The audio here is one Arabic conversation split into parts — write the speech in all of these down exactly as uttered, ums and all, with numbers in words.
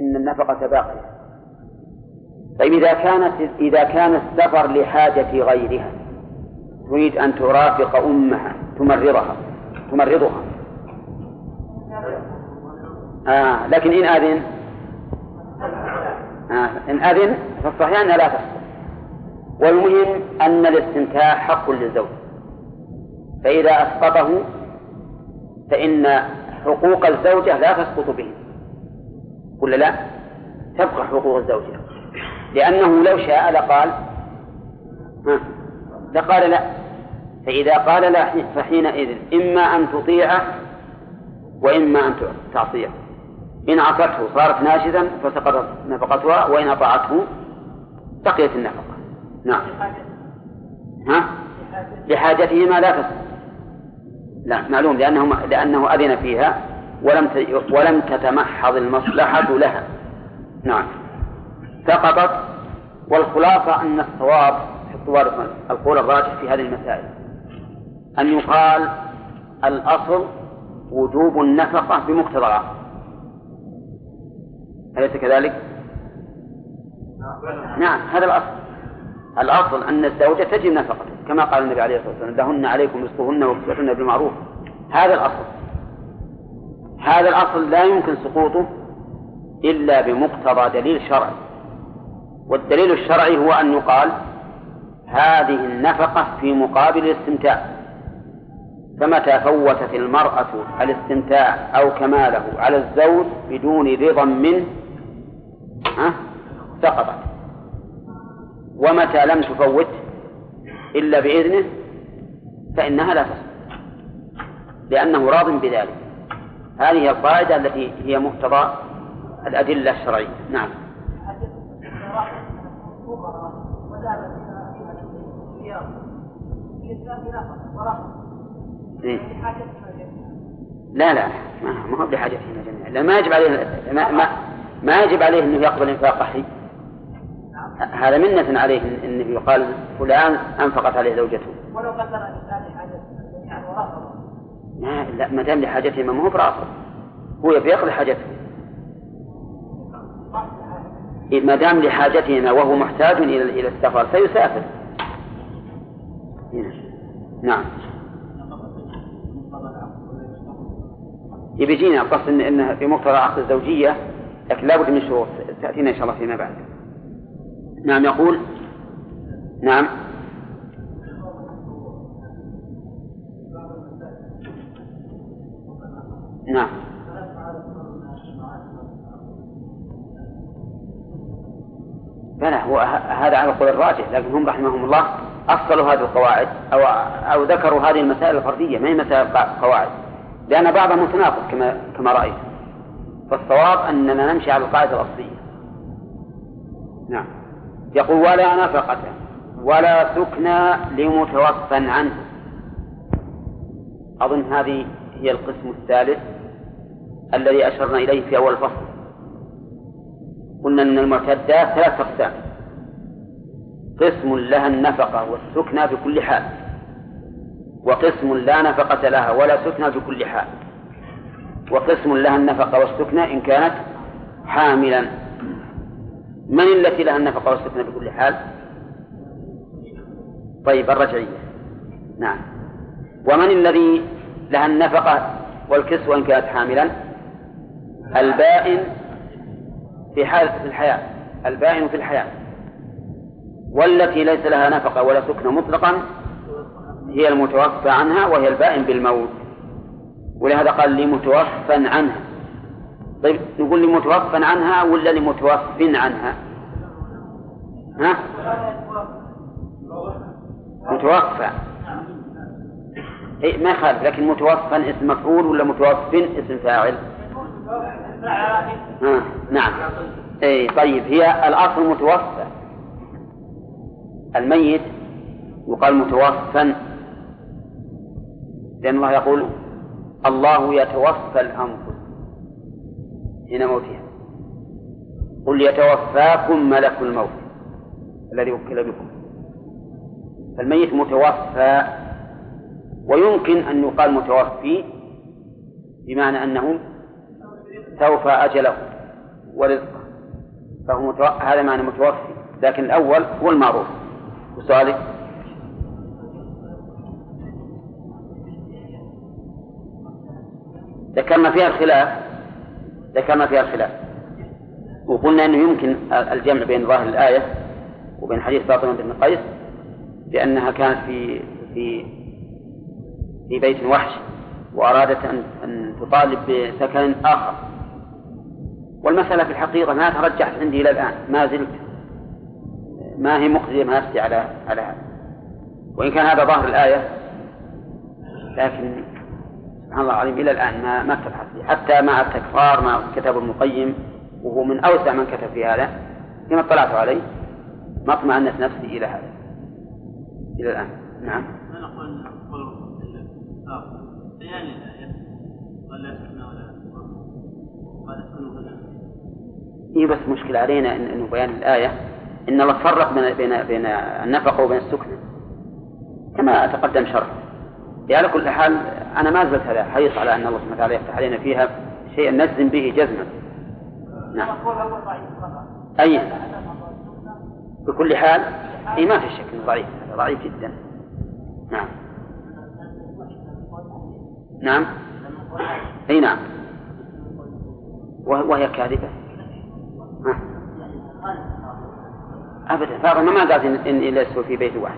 إن النفقة باقية. طيب إذا كانت إذا كان السفر لحاجة غيرها، تريد أن ترافق أمها تمرضها تمرضها آه لكن إن أذن آه إن أذن فالصحيح أنها لا تسقط. والمهم أن الاستمتاع حق للزوج، فإذا أسقطه فإن حقوق الزوجة لا تسقط به، ولا لا؟ تبقى حقوق الزوجة، لأنه لو شاء لقال ها لقال لا. فإذا قال لا فحينئذ إما أن تطيعه وإما أن تعصيه. إن عصته صارت ناشزا فسقطت نفقتها، وإن أطاعته بقيت النفقة. نعم. ها؟ لحاجتهما لا تسقط، لا معلوم، لأنه لأنه أذن فيها ولم ولم تتمحض المصلحة لها. نعم سقطت. والخلاصة أن الصواب القول الراجح في هذه المسائل أن يقال الأصل وجوب النفقة بمقتضى. أليس كذلك؟ نعم هذا الأصل. الأصل أن الزوجة تجب نفقته كما قال النبي عليه الصلاة والسلام لهن عليكم رزقهن وكسوتهن بالمعروف. هذا الأصل. هذا الأصل لا يمكن سقوطه إلا بمقتضى دليل شرعي، والدليل الشرعي هو أن يقال هذه النفقة في مقابل الاستمتاع، فمتى فوتت المرأة الاستمتاع أو كماله على الزوج بدون رضا منه سقطت، ومتى لم تفوت إلا بإذنه فإنها لا تسقط لأنه راض بذلك. هذه القاعدة التي هي مقتضى الأدلة الشرعية. نعم. إيه؟ لا لا ما هو بحاجتهما جميعا، لا ما يجب عليه ما, ما, ما يجب عليه أنه يقبل إنفاق حي. هذا منة عليه أنه يقال فلان أنفقت عليه زوجته ولو قدر الإنسان حاجته ورافض. لا ما دام لحاجتهما ما هو برافض، هو يقضي حاجته ما دام لحاجتهما وهو محتاج إلى إلى السفر سيسافر. نعم. يبيجينا قصد إن إنها في مقتضى عقد الزوجية، لكن لا بد من شروط تأتينا إن شاء الله فيما بعد. نعم يقول نعم. نعم بلى هو هذا على القول الراجح، لكن هم رحمهم الله أصلوا هذه القواعد أو أو ذكروا هذه المسائل الفردية ما هي مسائل قواعد، لأن بعضها متناقض كما كما رأيت، فالصواب أننا نمشي على القاعدة الأصلية. نعم. يقول ولا نفقة ولا سكنى لمتوفى عنه. أظن هذه هي القسم الثالث الذي أشرنا إليه في أول فصل. قلنا أن المعتدات ثلاث أقسام: قسم لها النفقة والسكنى بكل حال، وقسم لا نفقة لها ولا سكنى بكل حال، وقسم لها النفقة والسكنى إن كانت حاملا. من التي لها النفقة والسكنى بكل حال؟ طيب الرجعية. نعم. ومن الذي لها النفقة والكسوة إن كانت حاملا؟ البائن في حالة الحياة، البائن في الحياة. والتي ليس لها نفقة ولا سكنى مطلقا هي المتوفى عنها وهي البائن بالموت، ولهذا قال لمتوفى عنها. طيب نقول لمتوفى عنها ولا لمتوف عنها؟ ها؟ متوفى إيه ما يخالف، لكن متوفى اسم مفعول ولا متوفى اسم فاعل؟ ها نعم. إيه طيب هي الأصل متوفى، الميت يقال متوفى، لأن الله يقول الله يتوفى الأنفس حين موتها، قل يتوفاكم ملك الموت الذي وكل بكم. فالميت متوفى، ويمكن أن يقال متوفي بمعنى أنه توفى أجله ورزقه، فهو متو... هذا معنى متوفي، لكن الأول هو المعروف. وسؤالي ذكرنا فيها الخلاف ذكرنا فيها الخلاف وقلنا أنه يمكن الجمع بين ظاهر الآية وبين حديث فاطمة بن قيس بأنها كانت في في في بيت وحش وأرادت أن أن تطالب بسكن آخر، والمسألة في الحقيقة ما ترجحت عندي إلى الآن، ما زلت ما هي مقضية نفسي على على هذا، وإن كان هذا ظاهر الآية، لكن سبحان الله العظيم إلى الآن ما ما اتضحت لي، حتى مع التكرار مع كتاب ابن القيم وهو من أوسع من كتب في هذا فيما اطلعت عليه، ما اطمأنت نفسي إلى هذا إلى الآن. نعم. ما نقول قول بيان الآية ولا سكنة ولا ولا سكنة ولا إيه، بس مشكلة علينا إن إنه بيان الآية إن الله فرق بين بين بين النفقة وبين السكنة كما تقدم شرح. على كل حال أنا ما زلت هذا حريص على أن الله سبحانه وتعالى يفتح علينا فيها شيئا نجزم به جزما. نعم. أي بكل حال إيه ما في شك إنه ضعيف، هذا ضعيف جدا. نعم. نعم. أي نعم. وهي كاذبة. ها. أبدا، فاطمة ما قالت إن إن لست في بيت وحش.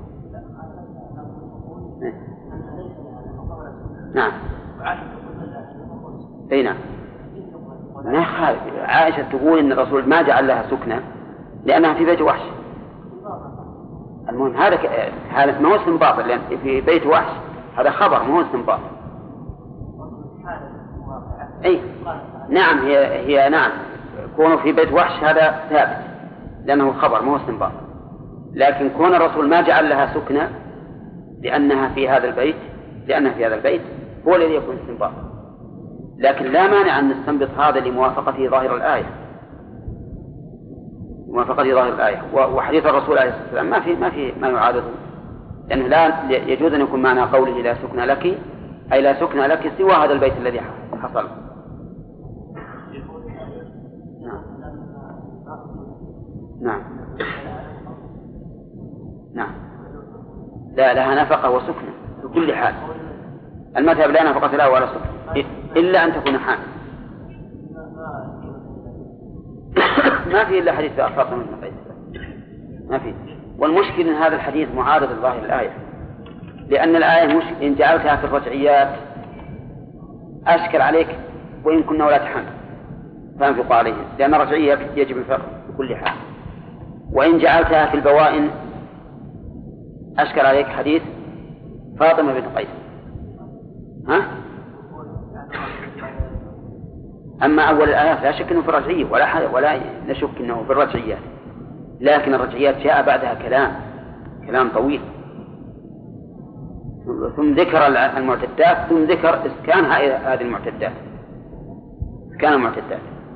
نعم. أي نعم. ما خالف، عائشة تقول إن الرسول ما جعل لها سكنة لأنها في بيت وحش. المهم هذا هذا ما هو استنباط، لأن في بيت وحش هذا خبر ما هو استنباط. أي نعم، هي هي نعم كونه في بيت وحش هذا ثابت لأنه خبر ما هو استنباط، لكن كون الرسول ما جعل لها سكنة لأنها في هذا البيت لأنها في هذا البيت هو الذي يكون استنباط، لكن لا مانع أن نستنبط هذا لموافقته ظاهر الآية موافقة ظاهر الآية وحديث الرسول عليه الصلاة والسلام ما في ما في ما يعارضه، لأنه لا يجوز أن يكون معنى قوله لا سكن لك أي لا سكن لك سوى هذا البيت الذي حصل. نعم. نعم. نعم. لا لها نفقة وسكنة في كل حال. المذهب لا نفقة له ولا سكنة إلا أن تكون حامل. ما في إلا حديث فاطمة بن قيس ما في. والمشكل أن هذا الحديث معارض لظاهر الآية، لأن الآية مش إن جعلتها في الرجعيات أشكل عليك وإن كنا ولا تحمل فانفقوا عليهم، لأن الرجعية يجب الفقر بكل حال. وإن جعلتها في البوائن أشكل عليك حديث فاطمة بن قيس. ها؟ أما أول الآيات لا شك أنه في الرجعية ولا حد ولا نشك أنه في الرجعيات، لكن الرجعيات جاء بعدها كلام كلام طويل، ثم ذكر المعتدات ثم ذكر إسكان هذه المعتدات إسكان المعتدات.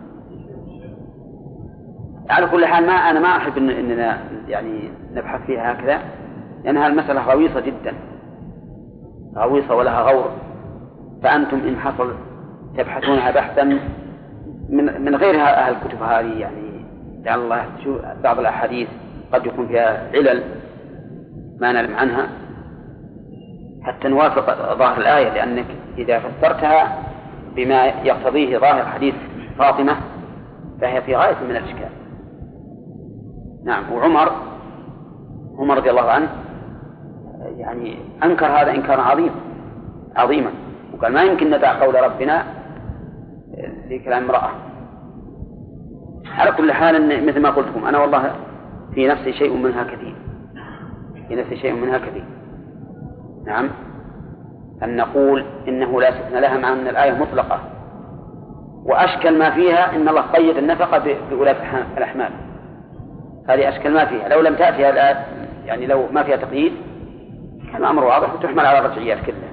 على كل حال ما أنا ما أحب إن إننا يعني نبحث فيها هكذا، لأنها المسألة غويصة جدا غويصة ولها غور، فأنتم إن حصل تبحثونها بحثا من من غير الكتب هذه، يعني لعل الله شو بعض الأحاديث قد يكون فيها علل ما نعلم عنها حتى نوافق ظاهر الآية، لأنك إذا فسرتها بما يقتضيه ظاهر حديث فاطمة فهي في غاية من الإشكال. نعم. وعمر عمر رضي الله عنه يعني أنكر هذا إنكارا عظيم عظيما، وقال ما يمكن ندع قول ربنا لكلام امرأة. على كل حال مثل ما قلت لكم أنا والله في نفسي شيء منها كثير في نفسي شيء منها كثير نعم، أن نقول إنه لا سكن لها مع أن الآية مطلقة، وأشكل ما فيها إن الله قيد النفقة بولاة الأحمال، هذه أشكل ما فيها. لو لم تأتي الآية يعني لو ما فيها تقييد كان الأمر واضح وتحمل على الرجعيات كلها.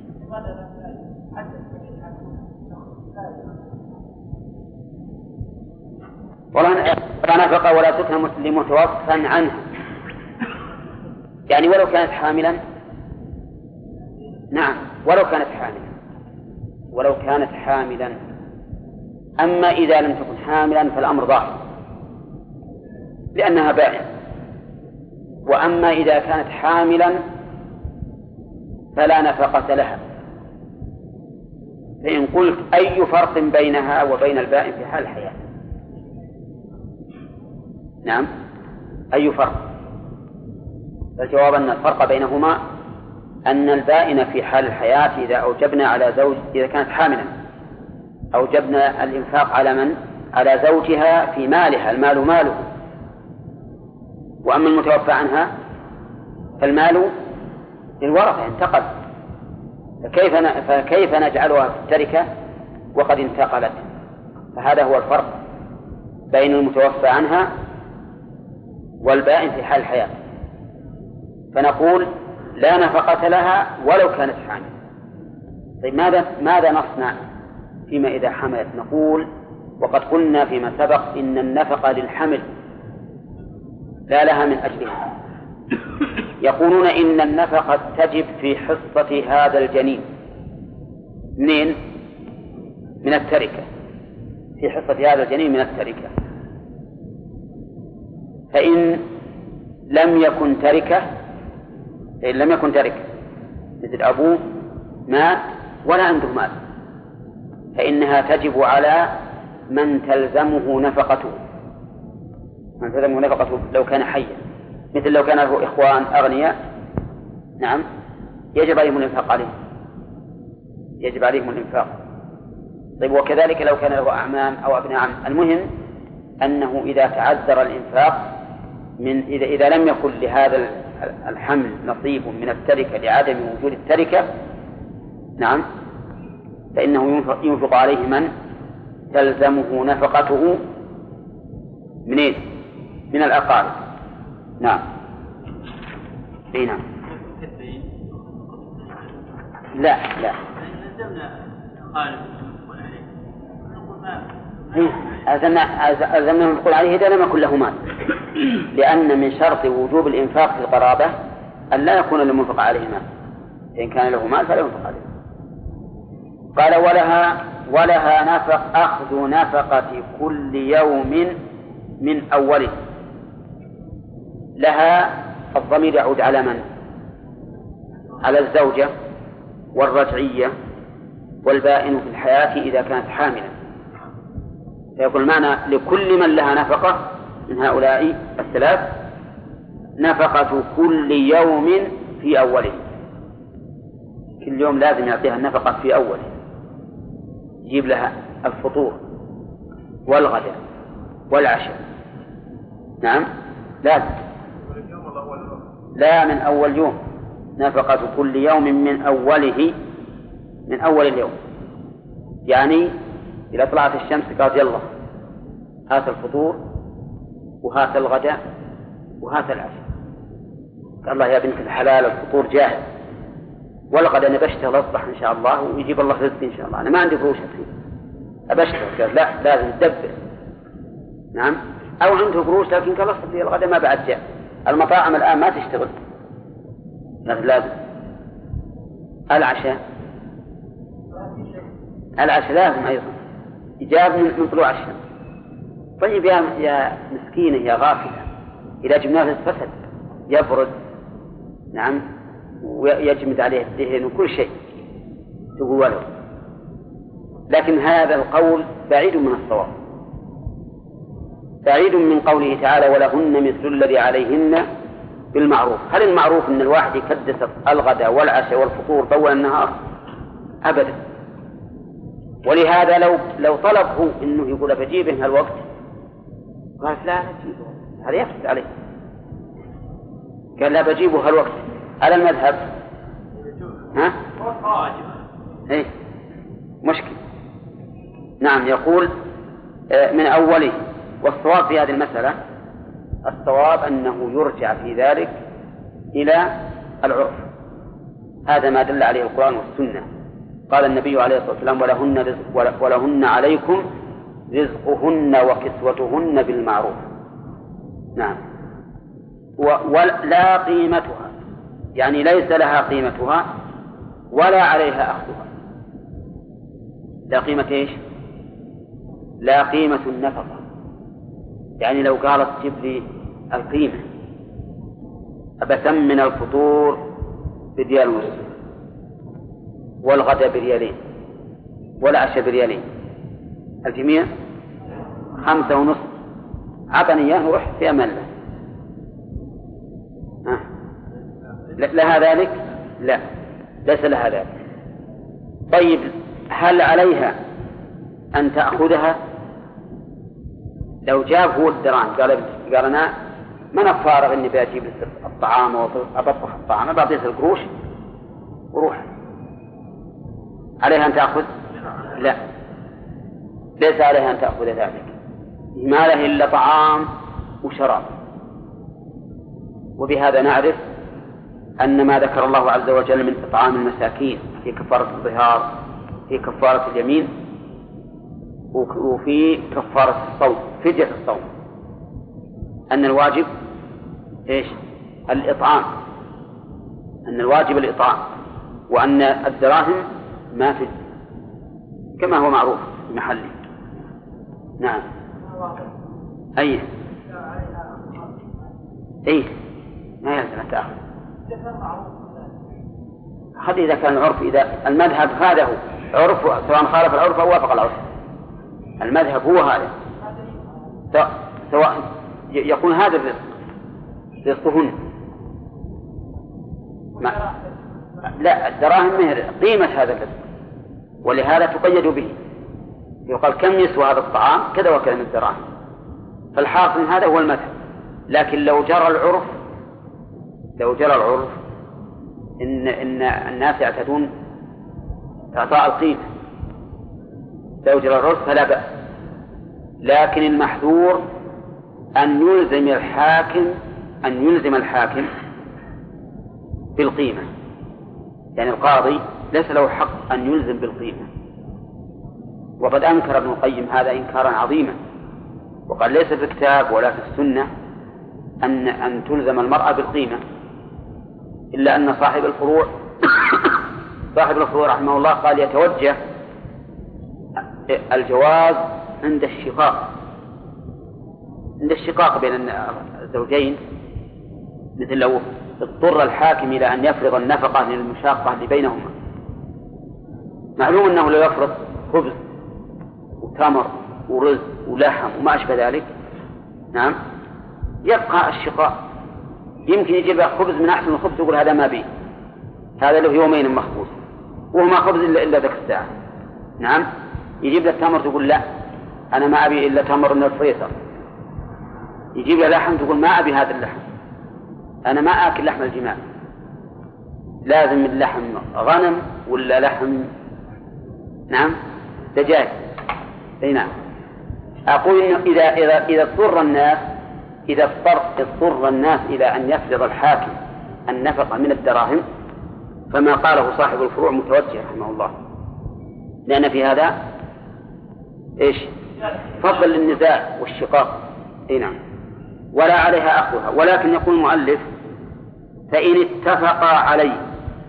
ولا نفقة ولا سكن لمتوفى عنه، يعني ولو كانت حاملا. نعم ولو كانت حاملا ولو كانت حاملا أما إذا لم تكن حاملا فالأمر ظاهر لأنها بائن، وأما إذا كانت حاملا فلا نفقة لها. فإن قلت أي فرق بينها وبين البائن في حال الحياة؟ نعم، أي فرق؟ الجواب أن الفرق بينهما أن البائن في حال الحياة إذا أوجبنا على زوج، إذا كانت حاملا أوجبنا الإنفاق على من؟ على زوجها في مالها، المال ماله. وأما المتوفى عنها فالمال للورثة انتقل، فكيف فكيف نجعلها في التركة وقد انتقلت؟ فهذا هو الفرق بين المتوفى عنها والبائن في حال الحياة. فنقول لا نفقة لها ولو كانت حامل. طيب ماذا ماذا نصنع فيما إذا حملت؟ نقول وقد قلنا فيما سبق إن النفقة للحمل لا لها من أجلها. يقولون إن النفقة تجب في حصة هذا الجنين منين؟ من التركة، في حصة هذا الجنين من التركة. فإن لم يكن تركة، فإن لم يكن تركة مثل أبوه مات ولا عنده مال، فإنها تجب على من تلزمه نفقته، من تلزمه نفقته لو كان حيا، مثل لو كان له إخوان أغنياء، نعم يجب عليهم الإنفاق عليهم، يجب عليهم الإنفاق. طيب وكذلك لو كان له أعمام أو أبناء عم. المهم أنه إذا تعذر الإنفاق من إذا إذا لم يكن لهذا الحمل نصيب من التركة لعدم وجود التركة، نعم، فإنه ينفق, ينفق عليه من تلزمه نفقته منين؟ من الأقارب. نعم. اي نعم. لا لا ألزمنا نقول عليه إذا لم يكن له مال، لأن من شرط وجوب الإنفاق في القرابة أن لا يكون المنفق عليه مال، إن كان له مال فلا ينفق عليه. قال ولها ولها نفق أخذ نفقة كل يوم من أوله. لها الضمير يعود على من؟ على الزوجة والرجعية والبائن في الحياة إذا كانت حاملا. فيقول معنى لكل من لها نفقة من هؤلاء الثلاث نفقة كل يوم في أوله، كل يوم لازم يعطيها النفقة في أوله، يجيب لها الفطور والغداء والعشاء، نعم لازم، لا من أول يوم، نفقة كل يوم من أوله، من أول اليوم. يعني إذا طلعت الشمس قالت يلا هات الفطور وهات الغداء وهات العشاء، قال الله يا بنت الحلال الفطور جاهز والغداء أنا بشتغل أصبح إن شاء الله ويجيب الله رزق إن شاء الله، أنا ما عندي قروش فيه أبشتغل. قال لا لازم تدبر، نعم، أو عنده قروش لكن قال أصبح في الغداء ما بعد جاء. المطاعم الآن ما تشتغل، لازم. العشاء العشاء لازم أيضا إجاب من طلوع الشمس. طيب يا يا مسكينة يا غافلة، إذا جبناه الفسد يبرد، نعم، ويجمد عليه الدهن وكل شيء تقول له. لكن هذا القول بعيد من الصواب، بعيد من قوله تعالى ولهن مثل الذي عليهن بالمعروف. هل المعروف أن الواحد يكدس الغداء والعشاء والفطور طول النهار؟ أبدا. ولهذا لو لو طلبه إنه يقول بجيبه هالوقت قال لا تجيبه، هذا يفسد عليه. قال لا بجيبه هالوقت على المذهب، ها؟ إيه مشكل. نعم يقول من أوله. والصواب في هذه المسألة الصواب أنه يرجع في ذلك إلى العرف، هذا ما دل عليه القرآن والسنة. قال النبي عليه الصلاة والسلام ولهن, رزق ولهن عليكم رزقهن وكسوتهن بالمعروف. نعم. ولا قيمتها، يعني ليس لها قيمتها ولا عليها أخذها. لا قيمة إيش؟ لا قيمة النفقة، يعني لو قالت جيب لي القيمة أبثمن الفطور بريال ونصف والغداء بريالين والعشاء بريالين، الجميع خمسة ونصف، عطني إياه روح في أمان الله. آه. لها ذلك؟ لا، ليس لها ذلك. طيب هل عليها أن تأخذها؟ لو جاب هو الدراهم قال قال أنا ما أنا فارغ إني بأجيب الطعام وأطبخ الطعام، بعطيه القروش وروح، عليها أن تأخذ؟ لا، ليس عليها أن تأخذ ذلك، ما له إلا طعام وشراب. وبهذا نعرف أن ما ذكر الله عز وجل من إطعام المساكين في كفارة الظهار في كفارة اليمين وفي كفارة الصوم فدية الصوم، أن الواجب إيش؟ الإطعام، أن الواجب الإطعام، وأن الدراهم ما في كما هو معروف في محله. نعم. أي أي ما يلزم أن تأخذ هذا إذا كان العرف، إذا المذهب هذا هو عرف، سواء خالف العرف أو وافق العرف، المذهب هو هذا، سواء يكون هذا الرزق رزقهن ما لا الدراهم مهر قيمة هذا الرزق، ولهذا تقيد به، يقال كم يسوى هذا الطعام كذا وكذا من الدراهم، فالحاصل هذا هو المذهب. لكن لو جرى العرف لو جرى العرف إن إن الناس يعتادون إعطاء القيمة، لو جرى العرف فلا بأس، لكن المحذور أن يلزم الحاكم أن يلزم الحاكم بالقيمة، يعني القاضي ليس له حق أن يلزم بالقيمة. وقد أنكر ابن القيم هذا إنكارا عظيما، وقال ليس في الكتاب ولا في السنة أن أن تلزم المرأة بالقيمة، إلا أن صاحب الفروع صاحب الفروع رحمه الله قال يتوجه الجواز عند الشقاق عند الشقاق بين الزوجين، مثل لو اضطر الحاكم إلى أن يفرض النفقة للمشاقة اللي بينهما، معلوم أنه لو يفرض خبز وتمر ورز ولحم وما أشبه ذلك، نعم، يبقى الشقاق. يمكن يجيب خبز من أحسن الخبز يقول هذا ما بي، هذا له يومين مخبوز وهو ما خبز إلا إلا ذاك الساعة، نعم. يجيب له تمر تقول لا أنا ما أبي إلا تمر من الفريزر. يجيب له لحم تقول ما أبي هذا اللحم، أنا ما أكل لحم الجمال، لازم اللحم غنم ولا لحم نعم دجاج. أي نعم. أقول إنه إذا إذا إذا اضطر الناس إذا اضطر اضطر الناس إلى أن يفرض الحاكم النفقة من الدراهم، فما قاله صاحب الفروع متوجه رحمه الله، لأن في هذا إيش؟ فضل للنزاع والشقاق. أي نعم. ولا عليها أخذها، ولكن يقول المؤلف فإن اتفق عليه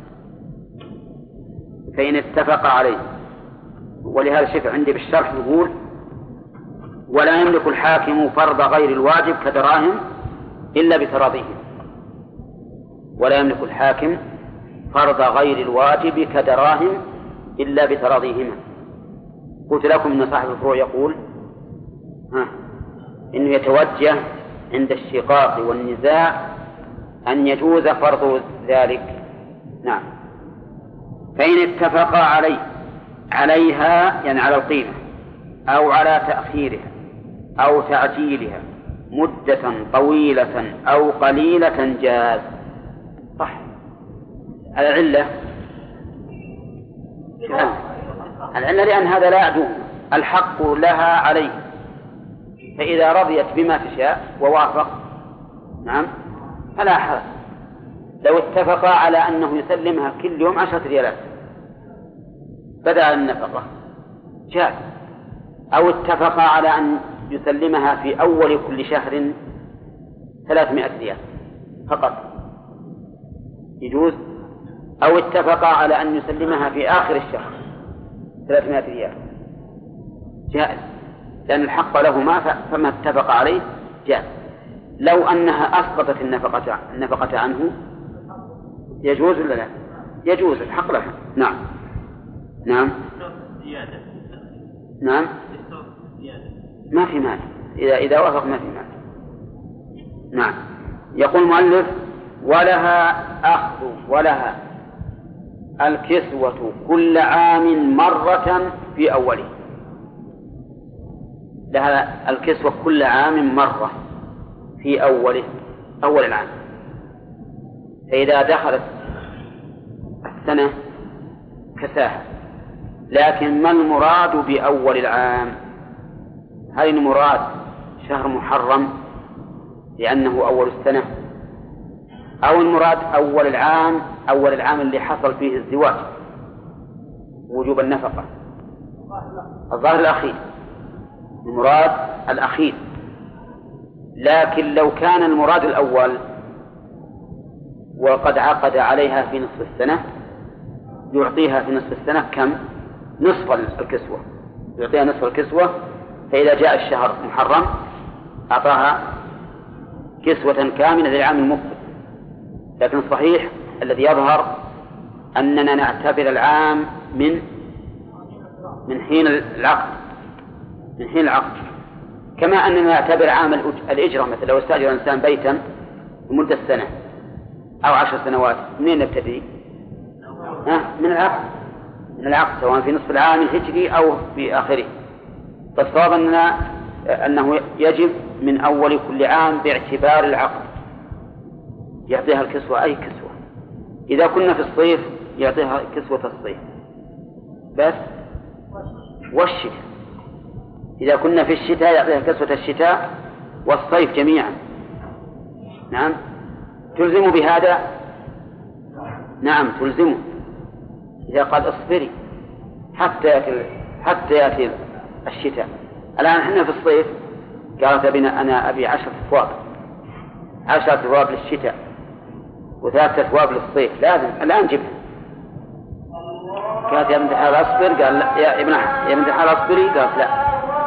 فإن اتفق عليه ولهذا الشيء عندي بالشرح يقول ولا يملك الحاكم فرض غير الواجب كدراهم إلا بتراضيهم. ولا يملك الحاكم فرض غير الواجب كدراهم إلا بتراضيهما. قلت لكم أن صاحب الفروع يقول ها إنه يتوجه عند الشقاق والنزاع أن يجوز فرض ذلك. نعم. فإن اتفقا عليه عليها يعني على القيمة أو على تأخيرها أو تعجيلها مدة طويلة أو قليلة جاز. صح. العلة العلة لأن هذا لا يعدوه، الحق لها عليه، فإذا رضيت بما تشاء ووافق نعم فلا حرج. لو اتفقا على أنه يسلمها كل يوم عشرة ريالات بدأ النفقة جاز، أو اتفقا على أن يسلمها في أول كل شهر ثلاثمائة ريال فقط يجوز، أو اتفقا على أن يسلمها في آخر الشهر ثلاثمائة ريال جائز. لأن الحق له ما فما اتفق عليه جاء. لو أنها أسقطت النفقة النفقة عنه يجوز ولا لا؟ يجوز، الحق لها. نعم نعم نعم ما في مال، إذا إذا وافق ما في مال. نعم. يقول المؤلف ولها أخذ ولها الكسوة كل عام مرة في أوله. لها الكسوة كل عام مرة في أوله، أول العام. فإذا دخلت السنة كساها. لكن ما المراد بأول العام؟ هل المراد شهر محرم لأنه أول السنة، أو المراد أول العام أول العام اللي حصل فيه الزواج وجوب النفقة؟ الظاهر الأخير، المراد الأخير. لكن لو كان المراد الأول وقد عقد عليها في نصف السنة يعطيها في نصف السنة كم؟ نصف الكسوة، يعطيها نصف الكسوة. فإذا جاء الشهر محرم أعطاها كسوة كاملة للعام المقبل. لكن الصحيح الذي يظهر أننا نعتبر العام من من حين العقد من حين العقد كما أننا نعتبر عام الإجرة. مثلا لو استأجر الإنسان بيتا لمدة سنة أو عشر سنوات، منين نبتدي؟ ها؟ من العقد من العقد سواء في نصف العام الهجري أو في آخره. فالصواب أننا أنه يجب من أول كل عام باعتبار العقد يعطيها الكسوة أي كسوة. إذا كنا في الصيف يعطيها كسوة الصيف بس والشتاء. إذا كنا في الشتاء يعطيها كسوة الشتاء والصيف جميعا. نعم. تلزم بهذا؟ نعم تلزمه. إذا قال اصبري حتى يأتي حتى يأتي الشتاء. الآن احنا في الصيف قالت بنا أنا أبي عشرة ثواب، عشرة ثواب للشتاء وثلاثة ثواب للصيف، لازم الآن جبها. قالت يا بنت الحلال أصبر، قال لا. يا ابن يا بنت الحلال أصبري، قالت لا.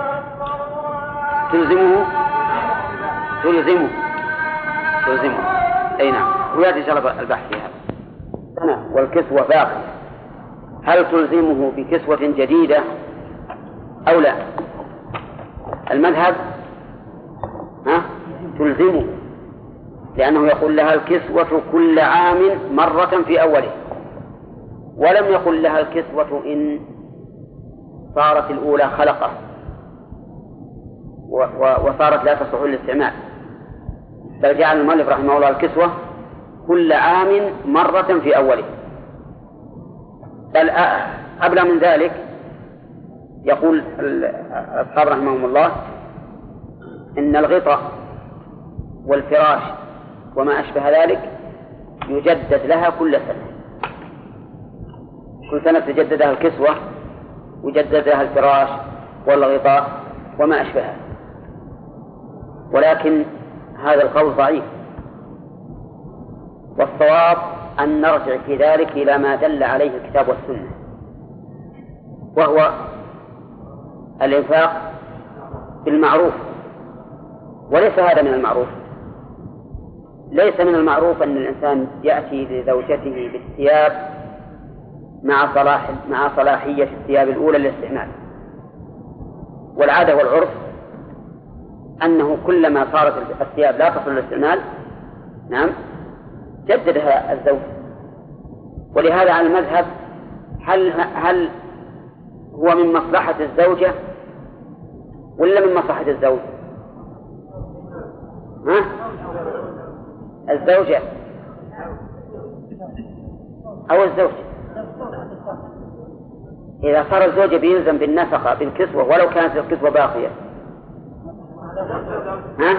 تلزمه تلزمه تلزمه أي نعم. ويأتي إن شاء الله البحث في هذا. أنا والكسوة باقية، هل تلزمه بكسوة جديدة أو لا؟ المذهب ها تلزمه، لأنه يقول لها الكسوة كل عام مرة في أوله، ولم يقل لها الكسوة إن صارت الأولى خلقة وصارت لا تصح للاستعمال، بل جعل المؤلف رحمه الله الكسوة كل عام مرة في أوله. بل قبل من ذلك يقول أصحاب رحمهم الله إن الغطاء والفراش وما أشبه ذلك يجدد لها كل سنة، كل سنة تجدد لها الكسوة ويجدد لها الفراش والغطاء وما أشبهه. ولكن هذا القول ضعيف، والصواب أن نرجع في ذلك إلى ما دل عليه الكتاب والسنة، وهو الإنفاق بالمعروف. وليس هذا من المعروف، ليس من المعروف أن الإنسان يأتي لزوجته بالثياب مع صلاح مع صلاحية الثياب الأولى للاستعمال. والعادة والعرف أنه كلما صارت الثياب لا تصل للاستعمال نعم جددها الزوج. ولهذا على المذهب هل هل هو من مصلحة الزوجة ولا من مصلحة الزوج؟ ها؟ الزوجة أو الزوج؟ إذا صار الزوج بيلزم بالنفقة بالكسوة ولو كانت الكسوة باقية، ها؟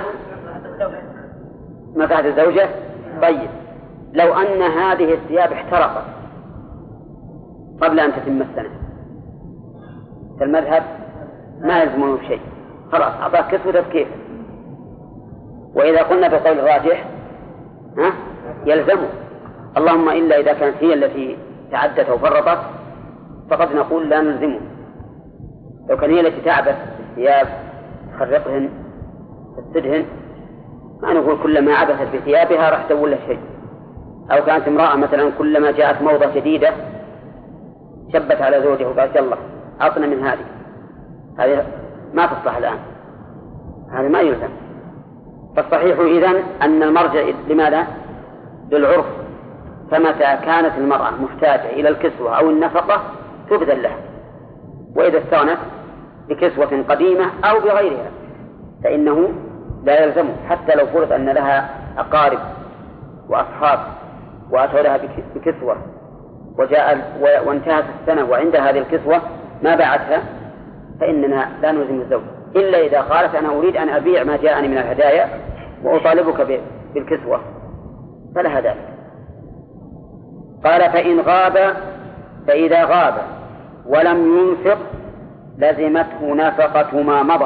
مصلحة الزوجة. طيب لو أن هذه الثياب احترقت قبل أن تتم السنة فالمذهب ما يلزمه بشيء، خلاص أعطاه كسوة بكيف. وإذا قلنا بقول الراجح ها يلزمه، اللهم إلا إذا كانت هي التي تعدت وفرطت فقد نقول لا نلزمه. لو كان هي التي تعبت الثياب تخرقهن تفسدهن، ما نقول كلما عبثت بثيابها راح تقول له شيء. أو كانت امرأة مثلا كلما جاءت موضة جديدة شبت على زوجه وقالت يلا أعطنا من هذه، هذه ما تصلح الآن، هذا ما يلزم. فالصحيح إذن أن المرجع لماذا؟ للعرف. فمتى كانت المرأة محتاجة إلى الكسوة أو النفقة تبذل لها، وإذا استغنت بكسوة قديمة أو بغيرها فإنه لا يلزمه، حتى لو فرض أن لها أقارب وأصحاب وأتوا لها بكسوة وجاء وانتهت السنة وعند هذه الكسوة ما باعتها، فإننا لا نلزم الزوج إلا إذا قالت أنا أريد أن أبيع ما جاءني من الهدايا وأطالبك بالكسوة فلها ذلك. قال فإن غاب، فإذا غاب ولم ينفق لزمته نفقة ما مضى.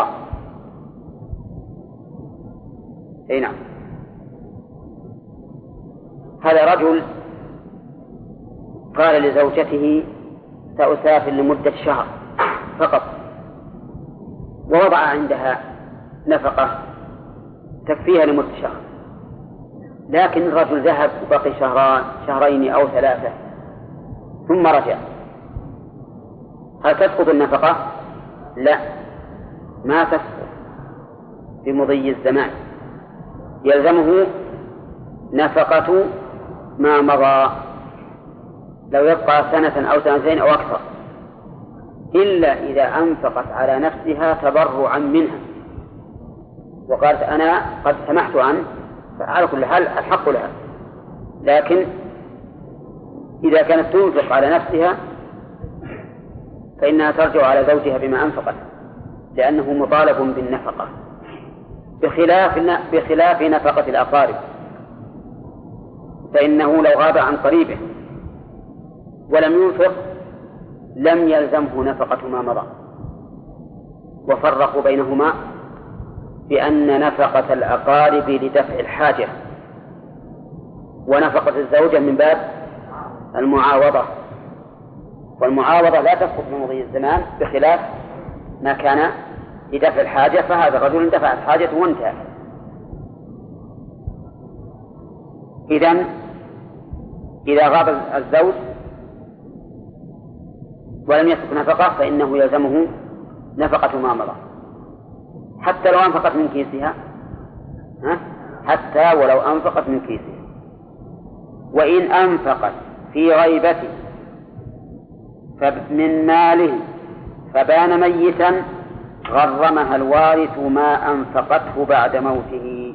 أي نعم. هذا رجل قال لزوجته سأسافر لمدة شهر فقط، ووضع عندها نفقة تكفيها لمدة شهر، لكن الرجل ذهب وبقي شهران شهرين أو ثلاثة ثم رجع، هل تسقط النفقة؟ لا، ما تسقط بمضي الزمان، يلزمه نفقة ما مضى لو يبقى سنة أو سنتين أو أكثر، إلا إذا أنفقت على نفسها تبرعا منها وقالت أنا قد سمحت عنه، فعلى كل حال الحق لها. لكن إذا كانت تنفق على نفسها فإنها ترجع على زوجها بما أنفقت، لأنه مطالب بالنفقة بخلاف بخلاف نفقة الأقارب، فإنه لو غاب عن قريبه ولم ينفق لم يلزمه نفقة ما مضى. وفرقوا بينهما بأن نفقة الأقارب لدفع الحاجة، ونفقة الزوجة من باب المعاوضة، والمعاوضة لا تسقط بمضي الزمان بخلاف ما كان لدفع الحاجة، فهذا الرجل دفع الحاجة وانتهى. إذن إذا غاب الزوج ولم يسق نفقة فإنه يلزمه نفقة ما مضى، حتى لو أنفقت من كيسها، حتى ولو أنفقت من كيسها. وإن أنفقت في غيبته من ماله فبان ميتا غرمها الوارث ما أنفقته بعد موته.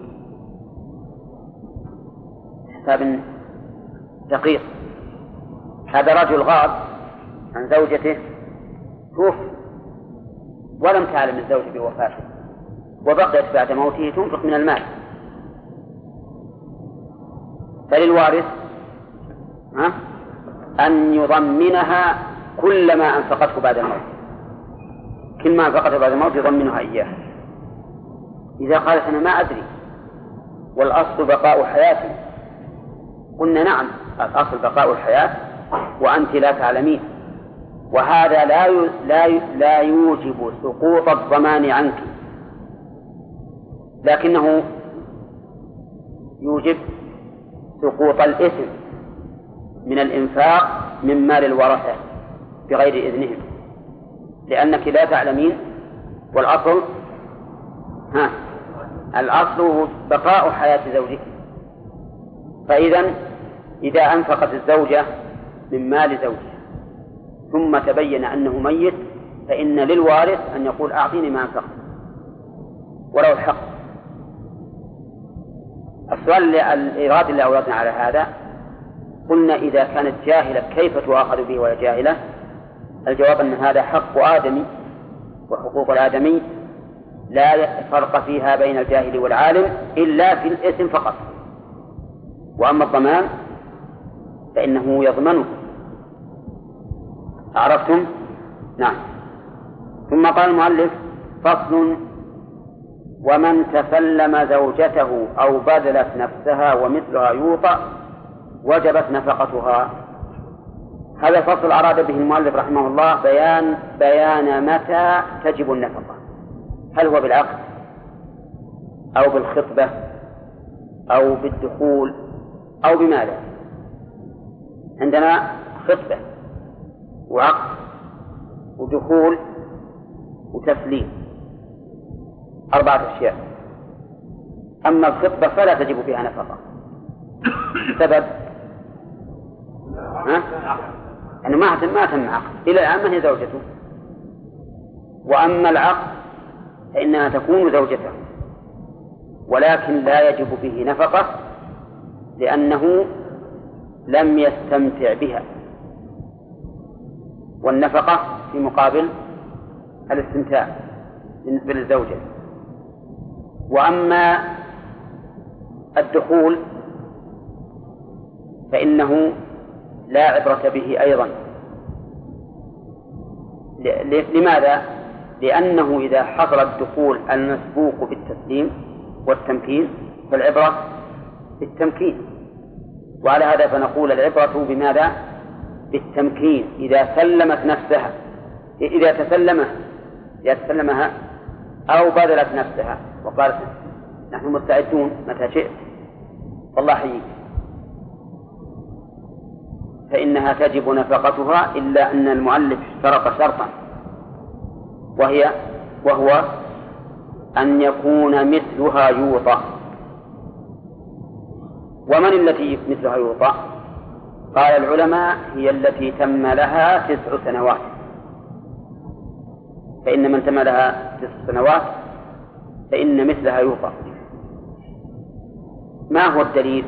حساب دقيق. هذا رجل غاب عن زوجته توفي ولم تعلم الزوجة بوفاته، وبقيت بعد موته تنفق من المال، فللوارث أن يضمنها كل ما أنفقته بعد الموت، كل ما أنفقته بعد الموت يضمنها إياه. إذا قالت أنا ما أدري والأصل بقاء حياتي، قلنا نعم الأصل بقاء الحياة وأنت لا تعلمين، وهذا لا لا لا يوجب سقوط الضمان عنك، لكنه يوجب سقوط الإثم من الإنفاق من مال الورثة بغير إذنهم، لأنك لا تعلمين، والأصل ها الأصل بقاء حياة زوجك. فإذا إذا أنفقت الزوجة من مال زوجها ثم تبين أنه ميت فإن للوارث أن يقول أعطيني ما أنفقت ولو الحق. السؤال الإيراد اللي أوردنا على هذا قلنا إذا كانت جاهلة كيف تؤاخذ به وهي جاهلة؟ الجواب أن هذا حق آدمي، وحقوق الآدمي لا فرق فيها بين الجاهل والعالم إلا في الاسم فقط، وأما الضمان فإنه يضمنه. عرفتم؟ نعم. ثم قال المؤلف فصل: ومن تسلم زوجته أو بذلت نفسها ومثلها يوطأ وجبت نفقتها. هذا الفصل أراد به المؤلف رحمه الله بيان بيان متى تجب النفقة، هل هو بالعقد أو بالخطبة أو بالدخول أو بماذا؟ عندنا خطبة وعقد ودخول وتسليم، أربعة أشياء. أما الخطبة فلا تجب فيها نفقة. سبب ها؟ أنه ما ما تم عقد إلى الآن ما هي زوجته. وأما العقد فإنها تكون زوجته، ولكن لا يجب فيه نفقة لأنه لم يستمتع بها، والنفقة في مقابل الاستمتاع بالنسبة للزوجة. وأما الدخول فإنه لا عبرة به أيضا. لماذا؟ لأنه إذا حصل الدخول المسبوق بالتسليم والتمكين فالعبرة بالتمكين، وعلى هذا فنقول العبرة بماذا؟ بالتمكين. إذا سلمت نفسها إذا تسلمها إذا تسلمها أو بذلت نفسها وقالت نحن مستعدون متى شئت والله حييك، فإنها تجب نفقتها، إلا أن المؤلف اشترط شرطا وهي وهو أن يكون مثلها يوطى. ومن التي مثلها يوطى؟ قال العلماء هي التي تم لها تسع سنوات، فإن من تم لها تسع سنوات فإن مثلها يوطى. ما هو الدليل؟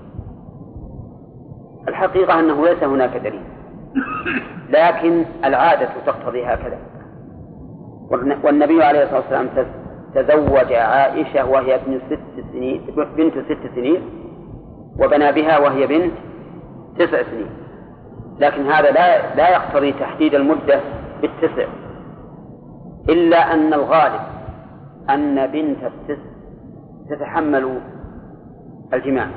الحقيقة أنه ليس هناك دليل، لكن العادة تقتضي هكذا. والنبي عليه الصلاة والسلام تزوج عائشة وهي بنت ست سنين بنت ست سنين وبنى بها وهي بنت تسع سنين، لكن هذا لا لا يقتضي تحديد المدة بالتسع، إلا أن الغالب أن بنت التسع تتحمل الجماع،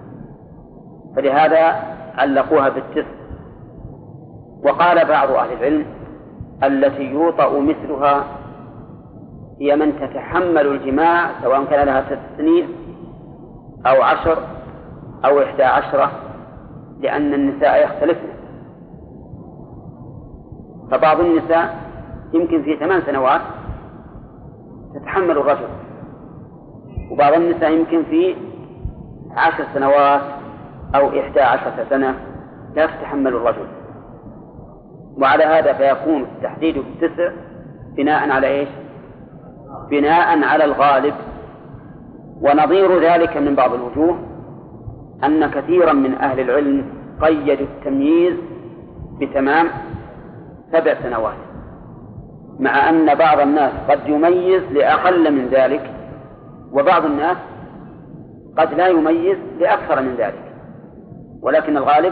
فلهذا علقوها بالتسع. وقال بعض أهل العلم التي يوطأ مثلها هي من تتحمل الجماع سواء كان لها ست سنين أو عشر أو إحدى عشرة، لأن النساء يختلفن. فبعض النساء يمكن في ثمان سنوات تتحمل الرجل، وبعض النساء يمكن في عشر سنوات أو إحدى عشرة سنة لا تتحمل الرجل. وعلى هذا فيكون التحديد بالتسع بناء على إيش؟ بناء على الغالب. ونظير ذلك من بعض الوجوه أن كثيرا من أهل العلم قيدوا التمييز بتمام سبع سنوات، مع أن بعض الناس قد يميز لأقل من ذلك، وبعض الناس قد لا يميز لأكثر من ذلك، ولكن الغالب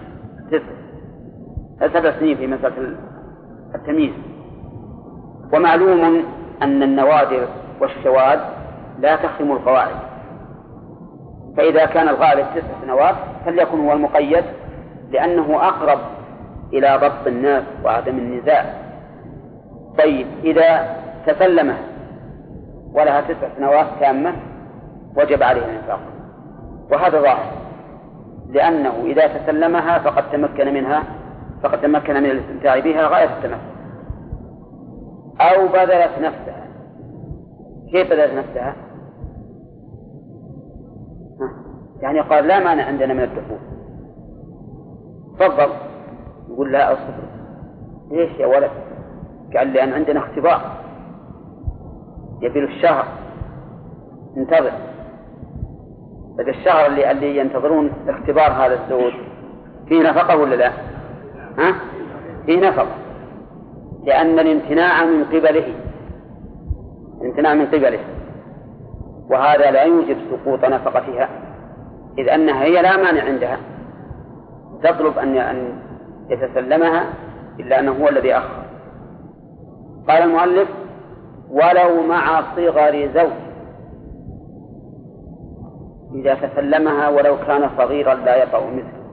تسع سبع سنين في مسألة التمييز. ومعلوم أن النوادر والشواذ لا تخدم القواعد، فإذا كان الغالب تسع سنوات فليكن هو المقيد، لأنه أقرب إلى ضبط الناس وعدم النزاع. طيب إذا تسلمه ولها تسع سنوات تامة وجب عليه الإنفاق، وهذا ظاهر، لأنه إذا تسلمها فقد تمكن منها فقد تمكن من الاستمتاع بها غاية التمكن. أو بذلت نفسها. كيف بذلت نفسها؟ يعني قال لا مانع عندنا من الدخول، تفضل. يقول لا أصبر. ليش يا ولد؟ قال لي أن عندنا اختبار يبي الشهر انتظر. هذا الشهر اللي اللي ينتظرون اختبار هذا الزوج فيه نفقة ولا لا؟ ها؟ فيه نفقة، لأن الامتناع من قبله الامتناع من قبله وهذا لا يوجب سقوط نفقتها، إذ أنها هي لا مانع عندها تطلب أن يتسلمها، إلا أنه هو الذي أخر. قال المؤلف ولو مع صغر زوج، إذا تسلمها ولو كان صغيرا لا يطأ مثله.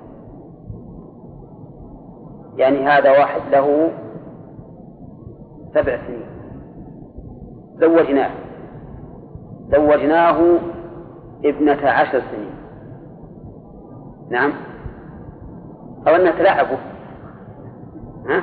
يعني هذا واحد له سبع سنين زوجناه زوجناه ابنة عشر سنين، نعم، أو أنها تلاعبه، ها؟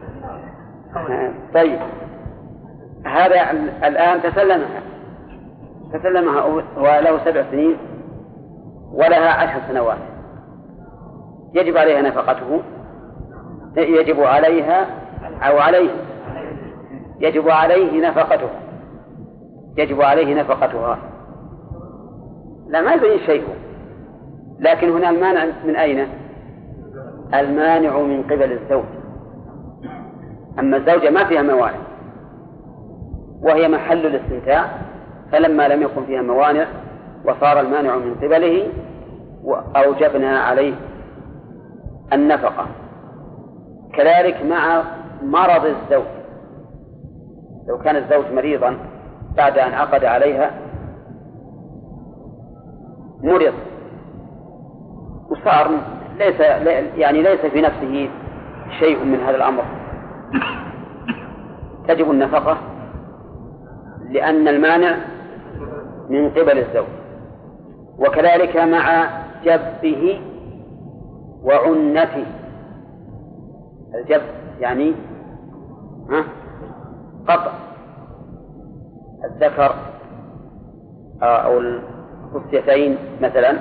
طيب هذا الآن تسلمها تسلمها وله سبع سنين ولها عشر سنوات، يجب عليها نفقته، يجب عليها أو عليه يجب عليه نفقته يجب عليه نفقتها. لا، ما يبين شيء، لكن هنا المانع من أين؟ المانع من قبل الزوج. أما الزوجة ما فيها موانع وهي محل الاستمتاع، فلما لم يكن فيها موانع وصار المانع من قبله وأوجبنا عليه النفقة. كذلك مع مرض الزوج، لو كان الزوج مريضا بعد أن عقد عليها مرض وصار ليس يعني ليس في نفسه شيء من هذا الأمر، تجب النفقة لأن المانع من قبل الزوج. وكذلك مع جبه وعنته. الجب يعني ها قطع الذكر أو الخصيتين مثلا،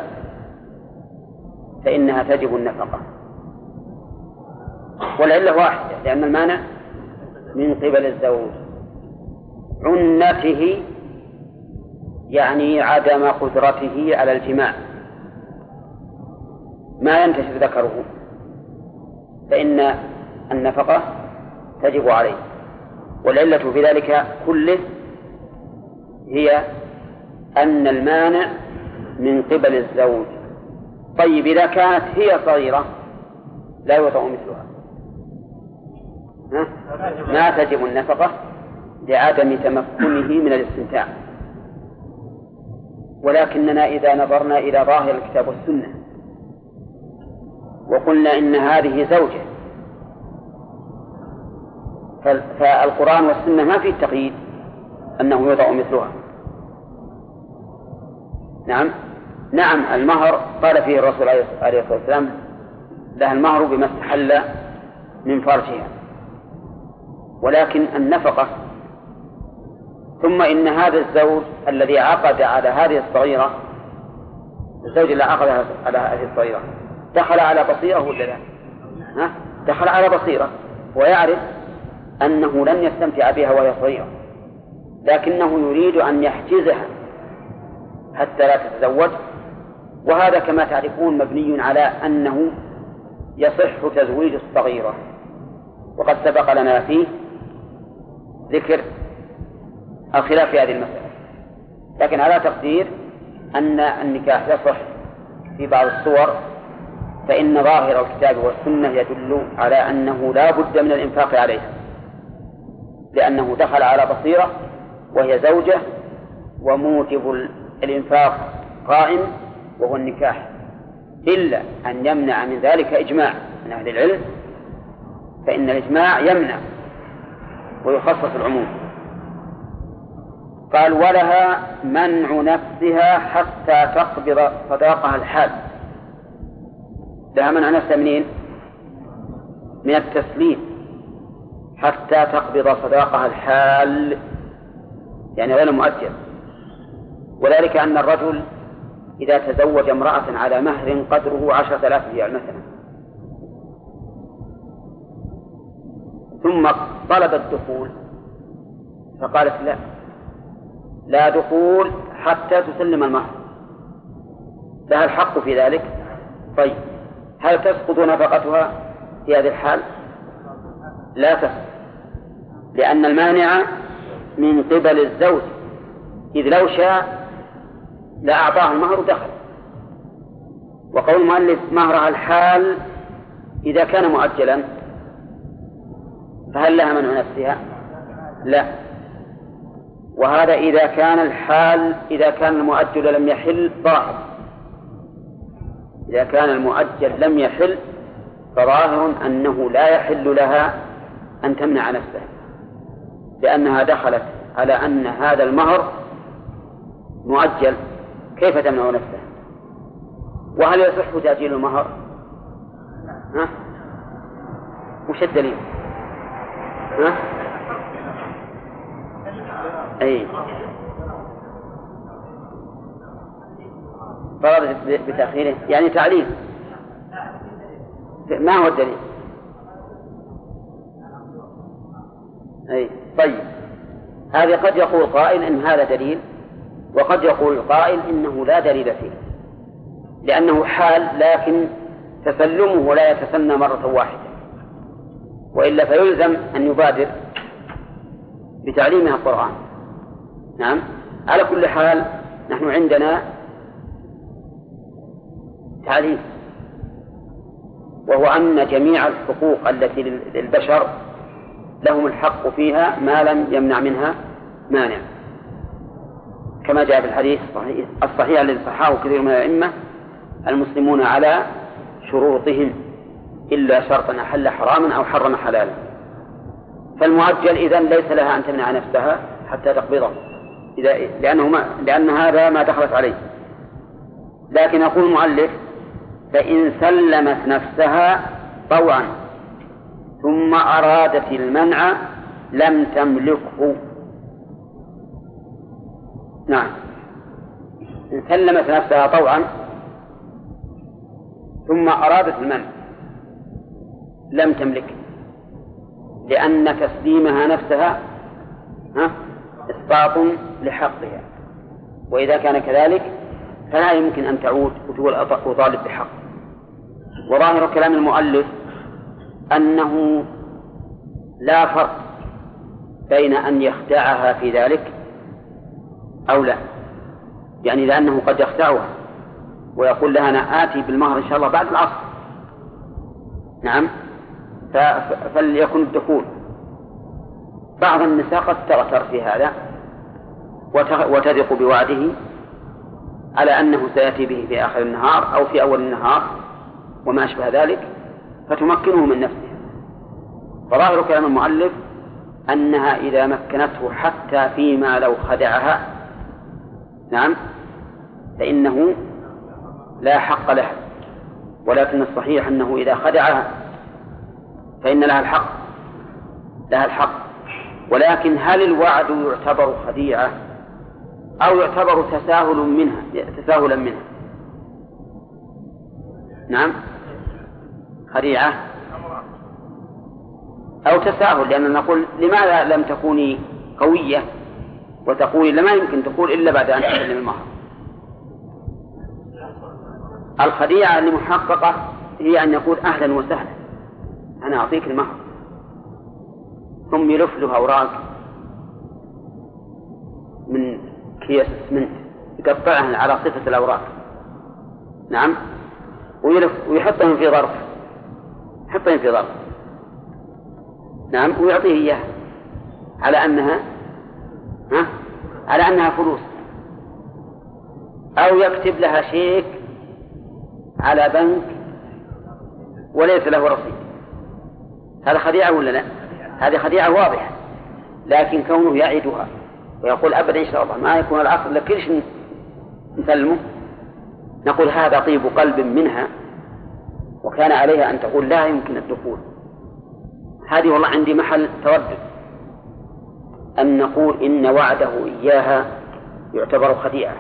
فإنها تجب النفقة، والعلة واحدة لأن المانع من قبل الزوج. عنته يعني عدم قدرته على الجماع، ما ينتشر ذكره، فإن النفقة تجب عليه. والعلة في ذلك كله هي أن المانع من قبل الزوج. طيب إذا كانت هي صغيرة لا يوطأ مثلها، ما تجب النفقة لعدم تمكنه من الاستمتاع. ولكننا إذا نظرنا إلى ظاهر الكتاب والسنة وقلنا إن هذه زوجة، فالقرآن والسنة ما فيه تقييد أنه يوضع مثلها. نعم نعم المهر قال فيه الرسول عليه الصلاة والسلام لها المهر بما استحل من فرجها، ولكن النفقة. ثم إن هذا الزوج الذي عقد على هذه الصغيرة، الزوج اللي عقد على هذه الصغيرة دخل على بصيرة ولا لا؟ ها؟ دخل على بصيرة ويعرف أنه لن يستمتع بها وهي صغيرة، لكنه يريد أن يحجزها حتى لا تتزوج. وهذا كما تعرفون مبني على أنه يصح تزويج الصغيرة، وقد سبق لنا فيه ذكر الخلاف في هذه المسألة. لكن على تقدير أن النكاح يصح في بعض الصور، فإن ظاهر الكتاب والسنة يدل على أنه لا بد من الإنفاق عليها، لأنه دخل على بصيرة وهي زوجة، وموجب الإنفاق قائم وهو النكاح، إلا أن يمنع من ذلك إجماع من أهل العلم، فإن الإجماع يمنع ويخصص العموم. قال ولها منع نفسها حتى تقبض صداقها الحال. لها منع نفسها منين؟ من التسليم حتى تقبض صداقها الحال، يعني غير مؤجل. وذلك أن الرجل إذا تزوج امرأة على مهر قدره عشرة آلاف ريال مثلا، ثم طلب الدخول فقالت لا لا دخول حتى تسلم المهر، لها الحق في ذلك. طيب هل تسقط نفقتها في هذه الحال؟ لا تسقط، لأن المانع من قبل الزوج، إذ لو شاء لأعطاه المهر دخل. وقول المؤلف مهرها الحال إذا كان مؤجلا فهل لها منع نفسها؟ لا. وهذا إذا كان الحال إذا كان المؤجل لم يحل ظاهر، إذا كان المؤجل لم يحل فظاهر أنه لا يحل لها أن تمنع نفسها، لأنها دخلت على أن هذا المهر مؤجل كيف تمنع نفسها؟ وهل يصح تأجيل المهر؟ ها؟ وش الدليل؟ ها؟ أي فرض بتأخيره يعني تعليل. ما هو الدليل؟ أي طيب، هذه قد يقول قائل إن هذا دليل، وقد يقول القائل إنه لا دليل فيه لأنه حال، لكن تسلمه لا يتسنى مرة واحدة، وإلا فيلزم أن يبادر بتعليمها القرآن. نعم. على كل حال نحن عندنا تعليم، وهو أن جميع الحقوق التي للبشر لهم الحق فيها ما لم يمنع منها مانع، كما جاء في الحديث الصحيح الذي صححه كثير من الأئمة: المسلمون على شروطهم إلا شرطا أحل حراما أو حرم حلالا. فالمؤجل إذن ليس لها أن تمنع نفسها حتى تقبضه، إذا لأنه ما لأن هذا ما دخلت عليه. لكن يقول المؤلف: فإن سلمت نفسها طوعا ثم أرادت المنع لم تملكه. نعم، إن سلمت نفسها طوعا ثم أرادت المنع لم تملكه، لأن تسليمها نفسها إسقاط لحقها، وإذا كان كذلك فلا يمكن أن تعود وتقول أطالب بحق. وظاهر كلام المؤلف أنه لا فرق بين أن يخدعها في ذلك أو لا، يعني لأنه قد يخدعها ويقول لها: أنا آتي بالمهر إن شاء الله بعد العصر. نعم، فليكن الدخول. بعض النساء قد تغتر في هذا وتثق بوعده على أنه سيأتي به في آخر النهار أو في أول النهار وما أشبه ذلك، فتمكنه من نفسها. فظاهر كلام المؤلف أنها إذا مكنته حتى فيما لو خدعها، نعم، فإنه لا حق لها، ولكن الصحيح أنه إذا خدعها فإن لها الحق لها الحق ولكن هل الوعد يعتبر خديعة أو يعتبر تساهل منها تساهلا منها؟ نعم، خديعة أو تساهل، لأننا نقول: لماذا لم تكوني قوية وتقولي لما يمكن تقول إلا بعد أن تسلم المهر؟ الخديعة المحققة هي أن يقول: أهلا وسهلا، أنا أعطيك المهر، ثم يلف له أوراق من كيس اسمنت يقطعها على صفة الأوراق، نعم، ويلف ويحطهم في ظرف يحطهم في ظرف نعم، ويعطيه إياه على أنها ها؟ على أنها فلوس، أو يكتب لها شيك على بنك وليس له رصيد. هذا خديعة ولا لا؟ هذه خديعة واضحة. لكن كونه يعدها ويقول: أبدا إن شاء الله ما يكون العصر لكلش نسلمه، نقول: هذا طيب قلب منها، وكان عليها أن تقول: لا يمكن الدخول. هذه والله عندي محل تردد، أن نقول إن وعده إياها يعتبر خديعة.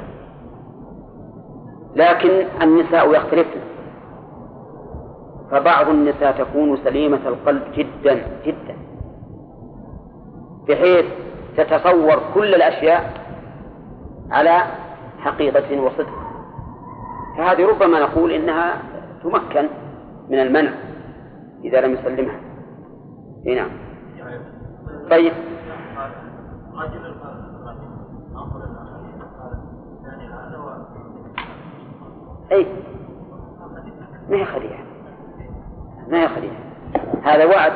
لكن النساء يختلفن، فبعض النساء تكون سليمة القلب جدا جدا بحيث تتصور كل الأشياء على حقيقة وصدق، فهذه ربما نقول إنها تمكن من المنع إذا لم يسلمها. نعم. طيب، أي ما هي خديعة ما هي خديعة هذا وعد.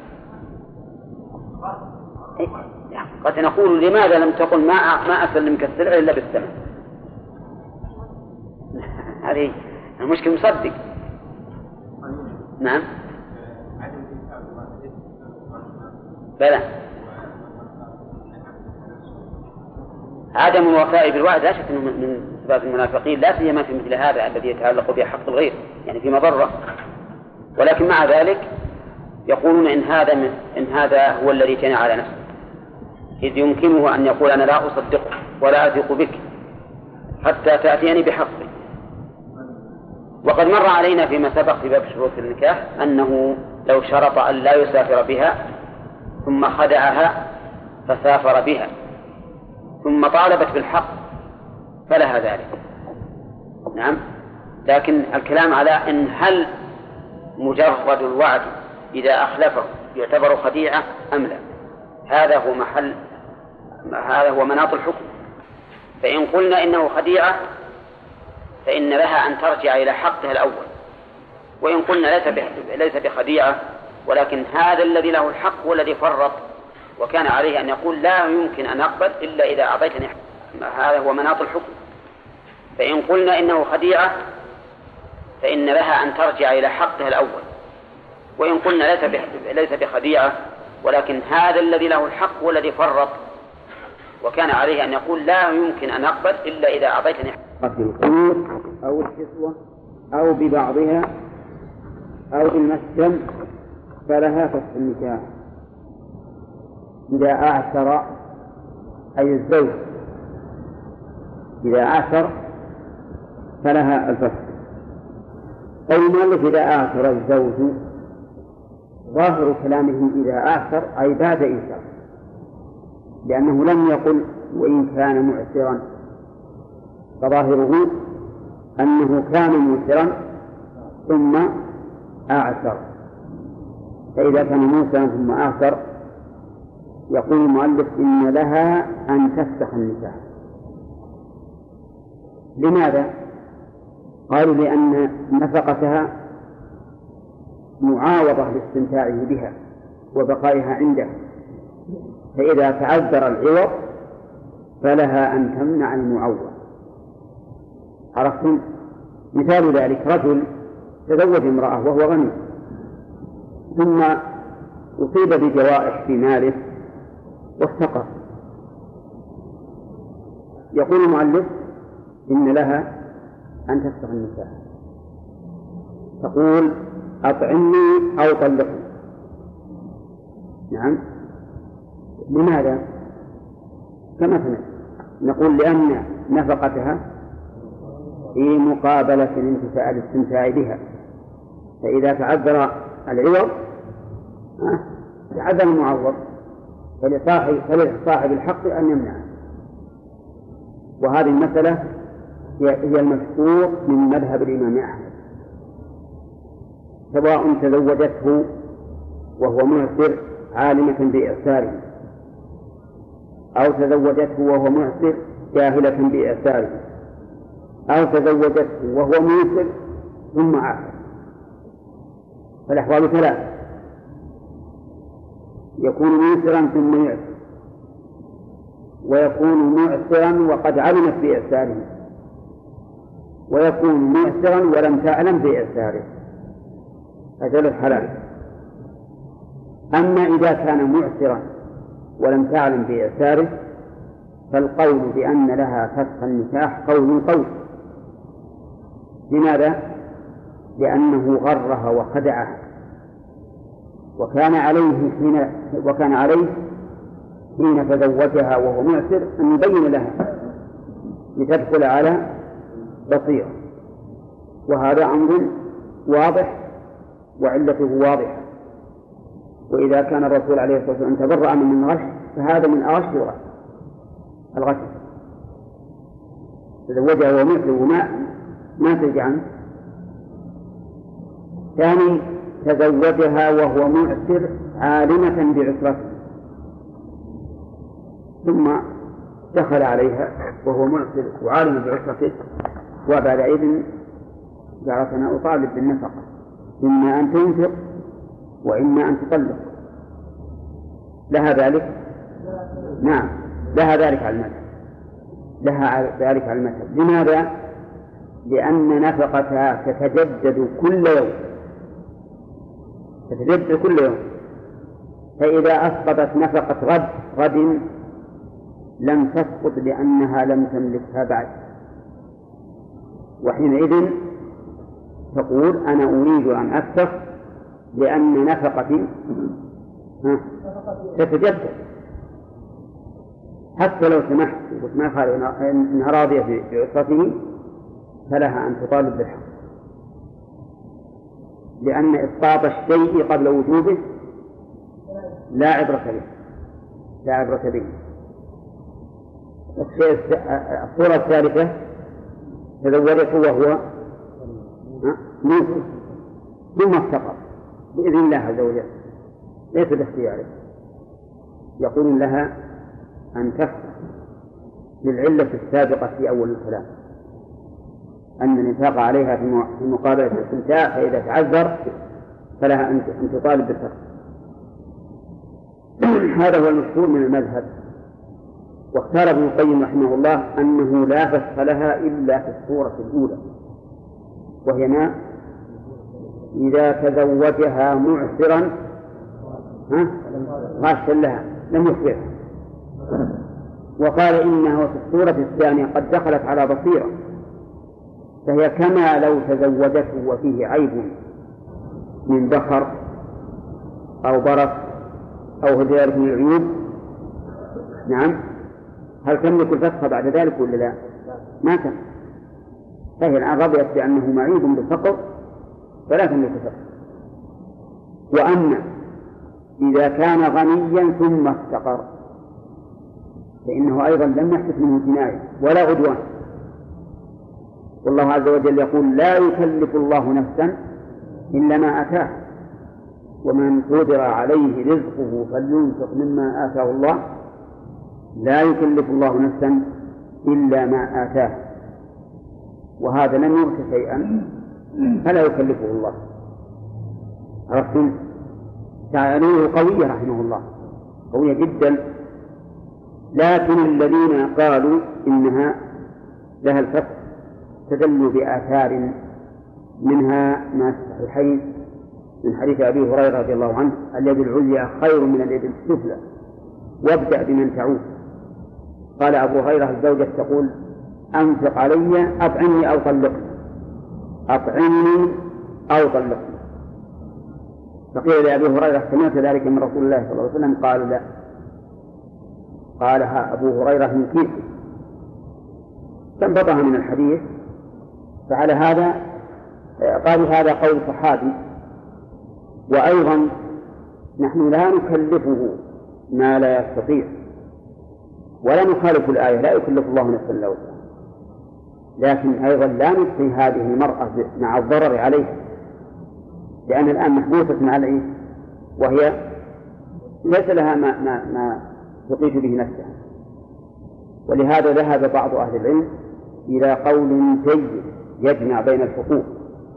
أي قد نقول: لماذا لم تقل ما ما أسلمك السلعة إلا بالثمن؟ هذه المشكلة مصدق. نعم، بلى عدم الوفاء بالوعد لا شك من صفات المنافقين، لا سيما في مثل هذا الذي يتعلق بحق الغير، يعني في مضرة. ولكن مع ذلك يقولون إن هذا إن هذا هو الذي كان على نفسه، إذ يمكنه أن يقول أنا لا أصدقك ولا أثق بك حتى تأتيني بحقي. وقد مر علينا فيما سبق في باب شروط النكاح أنه لو شرط أن لا يسافر بها ثم خدعها فسافر بها ثم طالبت بالحق فلها ذلك. نعم، لكن الكلام على إن هل مجرد الوعد إذا أخلفه يعتبر خديعة أم لا، هذا هو محل هذا هو مناط الحكم. فإن قلنا إنه خديعة فإن لها أن ترجع إلى حقها الأول، وإن قلنا ليس بخديعة ولكن هذا الذي له الحق هو الذي فرط وكان عليه أن يقول لا يمكن أن أقبل إلا إذا أعطيتني حق، هذا هو مناط الحكم. فإن قلنا إنه خديعة فإن لها أن ترجع إلى حقها الأول، وإن قلنا ليس بخديعة ولكن هذا الذي له الحق هو الذي فرط وكان عليه أن يقول لا يمكن أن أقبل إلا إذا أعطيتني حق في القيود أو الكسوة أو ببعضها أو بالمسكن فلها فسخ النكاح إذا أعسر، أي الزوج إذا أعسر فلها الفسخ. أي المؤلف إذا أعسر الزوج، ظاهر كلامه إذا أعسر أي بعد إيسار، لأنه لم يقل وإن كان معسرا، فظاهره أنه كان موسرا ثم أعسر. فإذا كان موسرا ثم أعسر يقول المؤلف إن لها أن تفسخ النكاح. لماذا؟ قالوا لأن نفقتها معاوضة لاستمتاعه بها وبقائها عنده، فإذا تعذر العوض فلها أن تمنع المعوض. عرفتم؟ مثال ذلك رجل تزوج امرأة وهو غني ثم أصيب بجوائح في ماله وافتقر، يقول المؤلف إن لها أن تفسخ النكاح، تقول أطعمني أو طلقني. نعم، لماذا؟ كمثلا نقول لأن نفقتها في مقابلة الانتفاع الاستمتاع بها، فإذا تعذر العوض تعذر المعوض فلصاحب, فلصاحب الحق أن يمنعه. وهذه المسألة هي المشهور من مذهب الإمام أحمد، سواء تزوجته وهو معسر عالمة بإعساره أو تزوجته وهو معسر جاهلة بإعساره أو تزوجته وهو موسر ثم عاقر. فالأحوال ثلاث: يكون موسرا ثم يعسر، ويكون معسرا وقد علمت بإعساره، ويكون معسرا ولم تعلم بإعساره. أجل الحلال. أما إذا كان معسرا ولم تعلم بإعساره فالقول بأن لها فسخ النكاح قول قول. لماذا؟ لأنه غرها وخدعها، وكان عليه حين وكان عليه حين تزوجها وهو معسر أن يبين لها لتدخل على بصيرة، وهذا أمر واضح وعلته واضحة. وإذا كان الرسول عليه الصلاة والسلام تبرأ من الغش فهذا من أغش الغش. الغش تزوجها وهو معسر وما ما تجي عنه. ثاني: تزوجها وهو معسر عالمة بعسرته، ثم دخل عليها وهو معسر وعالم بعسرته، وبعد إذن جعلت أنا أطالب بالنفقة، إما أن تنفق وإما أن تطلق. لها ذلك؟ نعم، لها ذلك على المذهب، لها ذلك على المذهب. لماذا؟ لأن نفقتها تتجدد كل يوم، تتجدد كل يوم. فإذا أسقطت نفقة غد غد لم تسقط لأنها لم تملكها بعد، وحينئذ تقول أنا أريد أن أفسخ لأن نفقتي تتجدد، حتى لو سمحت وقلت ما يخالف إنها راضية بعصرته فلها أن تطالب بالحق، لأن إسقاط الشيء قبل وجوبه لا عبرة به لا عبرة به. الصورة الثالثة تزوجته وهو موسى ثم افتقر بإذن الله عز وجل ليس باختياره، يقول لها أن تفتح للعلة السابقة في أول الكلام أن الإنفاق عليها في مقابلة الاستمتاع، فإذا تعذر فلها أن تطالب بالفقر. هذا هو المشهور من المذهب. واختار ابن القيم رحمه الله أنه لا فسخ لها إلا في الصورة الأولى، وهي ما إذا تزوجها معسرا غاشا لها لم يخبرها. وقال إنه في الصورة الثانية قد دخلت على بصيرة، فهي كما لو تزوجته وفيه عيب من بخر أو برص أو غيره من العيوب. نعم، هل تملك الفسخ بعد ذلك ولا لا؟ ما تملك، فهي الآن رضيت بأنه معيب بالفقر فلا تملك الفسخ. وأما إذا كان غنيا ثم افتقر فإنه أيضا لم يحدث منه جناية ولا عدوان، والله عز وجل يقول لا يكلف الله نفسا إلا ما آتاه ومن قدر عليه رزقه فلينفق مما آتاه الله لا يكلف الله نفسا إلا ما آتاه، وهذا لم يؤت شيئا فلا يكلفه الله. عرفتم؟ تعاليه قوية رحمه الله قوية جدا، لكن الذين قالوا إنها لها الفسخ تدلوا بآثار منها ما في الصحيحين من حديث أبي هريرة رضي الله عنه اليد العليا خير من اليد السفلى وابدأ بمن تعود. قال أبو هريرة الزوجة تقول أنفق علي أطعمني أو طلقني أطعمني أو طلقني، فقيل لأبي هريرة سمعت ذلك من رسول الله صلى الله عليه وسلم؟ قال لا، قالها أبو هريرة من كيف استنبطها من الحديث. فعلى هذا قالوا هذا قول صحابي. وأيضا نحن لا نكلفه ما لا يستطيع ولا نخالف الآية لا يكلف الله نفسا إلا وسعها، لكن أيضا لا نبقي هذه المرأة مع الضرر عليها، لأن الآن محبوسة مع العيش وهي ليس لها ما, ما, ما تقيت به نفسها. ولهذا ذهب بعض أهل العلم إلى قول جيد يجمع بين الحقوق،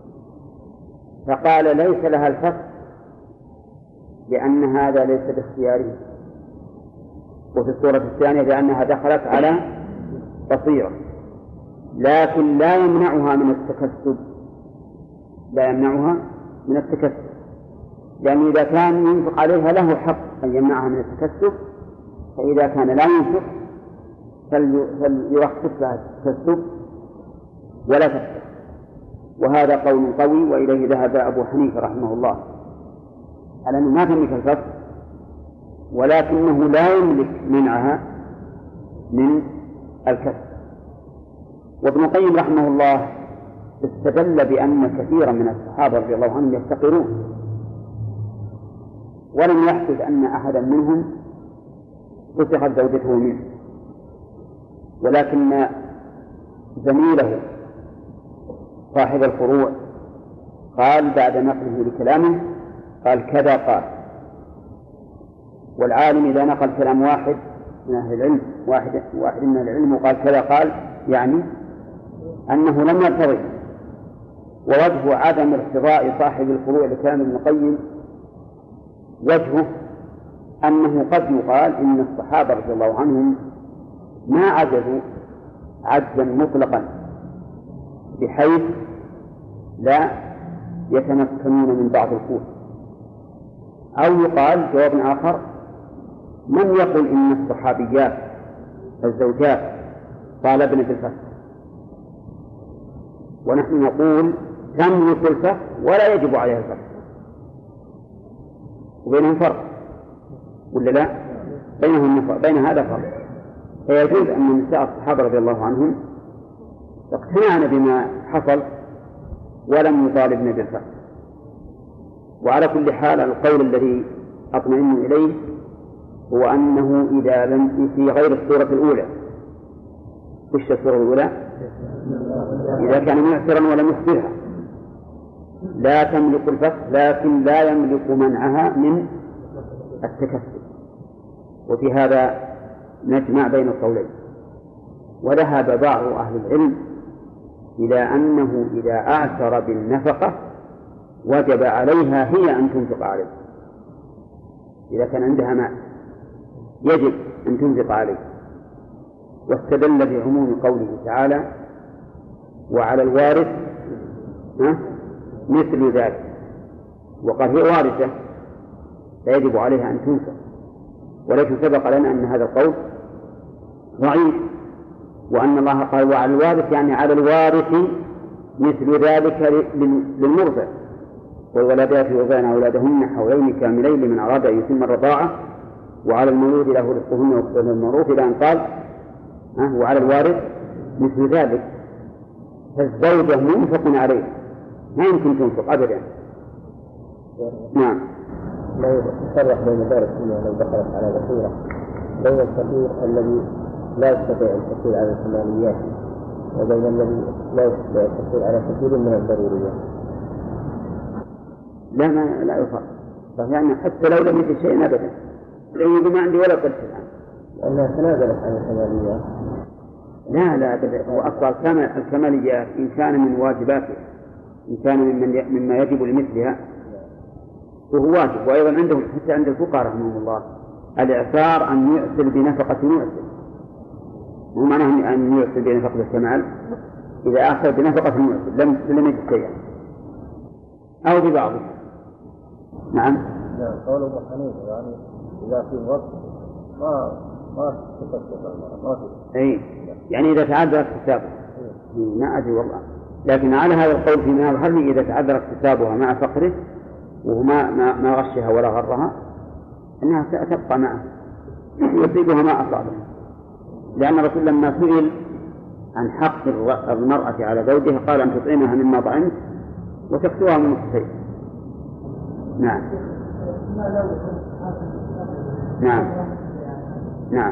فقال ليس لها الفسخ لأن هذا ليس باختياره، وفي الصورة الثانية لأنها دخلت على بصيرة، لكن لا يمنعها من التكسب لا يمنعها من التكسب لأن إذا كان ينفق عليها له حق أن يمنعها من التكسب، فإذا كان لا ينفق فليرخص لها التكسب ولا تكسب. وهذا قول قوي وإليه ذهب أبو حنيفة رحمه الله على أنه ما تملك الفسخ، ولكنه لا يملك منعها من الكسب. وابن القيم رحمه الله استدل بأن كثيرا من الصحابة رضي الله عنهم يفتقرون، ولم يحدث أن أحدا منهم فسخت زوجته منه، ولكن زميله صاحب الفروع قال بعد نقله لكلامه قال كذا قال. والعالم إذا نقل كلام واحد من أهل العلم واحد, واحد من العلم وقال كذا قال يعني أنه لم يرتضي. ووجه عدم ارتضاء صاحب الفروع لكلام ابن القيم وجهه أنه قد يقال إن الصحابة رضي الله عنهم ما عجزوا عجزا مطلقا بحيث لا يتمكنون من بعض القوة، أو يقال جواب آخر من يقول إن الصحابيات الزوجات طالبن بالفسخ، ونحن نقول تملك الفسخ ولا يجب عليها الفسخ، وبينهم فرق ولا لا؟ بينهم فرق، بين هذا فرق. فيجوز أن نساء الصحابة رضي الله عنهم اقتنعن بما حصل ولم يطالبن بالفسخ. وعلى كل حال القول الذي أطمئن إليه هو أنه إذا لم في غير الصورة الأولى. وش الصورة الأولى؟ إذا كان معسرا ولم يخبرها لا تملك الفسخ، لكن لا يملك منعها من التكسب. وفي هذا نجمع بين القولين. وذهب بعض أهل العلم إلى أنه إذا أعسر بالنفقة وجب عليها هي أن تنفق عليه. إذا كان عندها مال يجب أن تنفق عليه، واستدل بعموم قوله تعالى وعلى الوارث مثل ذلك، وقال هي وارثة فيجب عليها أن تنفق. ولكن سبق لنا أن هذا القول ضعيف، وأن الله قال وعلى الوارث يعني على الوارث مثل ذلك للمرضع، والولدات يرضعن أولادهن حولين كاملين لمن أراد أن يتم الرضاعة، وعلى المولود له رزقهن وكسوتهن بالمعروف، إلى أن قال وعلى الوارث مثل ذلك. فالزوجة منفق عليه ما يمكن تنفق أبدا. نعم. لا يفرق بين ذلك لو دخلت على بصيرة بين الفقير الذي لا يستطيع الحصول على الكماليات وبين الذي لا يستطيع الحصول على كثير من الضروريات. لا ما لا يفرق، يعني حتى لو لم يجد شيء أبدا يقول ما عندي ولا قلت الآن لأنها تنازلت عن الكماليات. لا لا أبدا، هو أصل الكماليات إن كان من واجباته، إن كان ممن مما يجب لمثلها وهو واجب. وأيضا عندهم حتى عند الفقهاء رحمهم الله الإعسار أن يعسر بنفقة معسر، مو معناه أن يعسر بنفقة الكمال. إذا أعسر بنفقة المعسر لم لم يجد شيئا أو ببعضه. نعم. نعم. قول أبو حنيفة يعني إذا في وقت ما ما تتصل ما في. أي يعني إذا تعذر اكتسابه ما أدري والله، لكن على هذا القول في منها الحرمي إذا تعذر اكتسابها مع فقره وما ما ما غشها ولا غرها أنها تبقى معه يصيبها ما أصابها، لأن الرسول لما سئل عن حق المرأة على زوجها قال أن تطعمها مما طعمت وتكسوها من الصيف. نعم. نعم. نعم.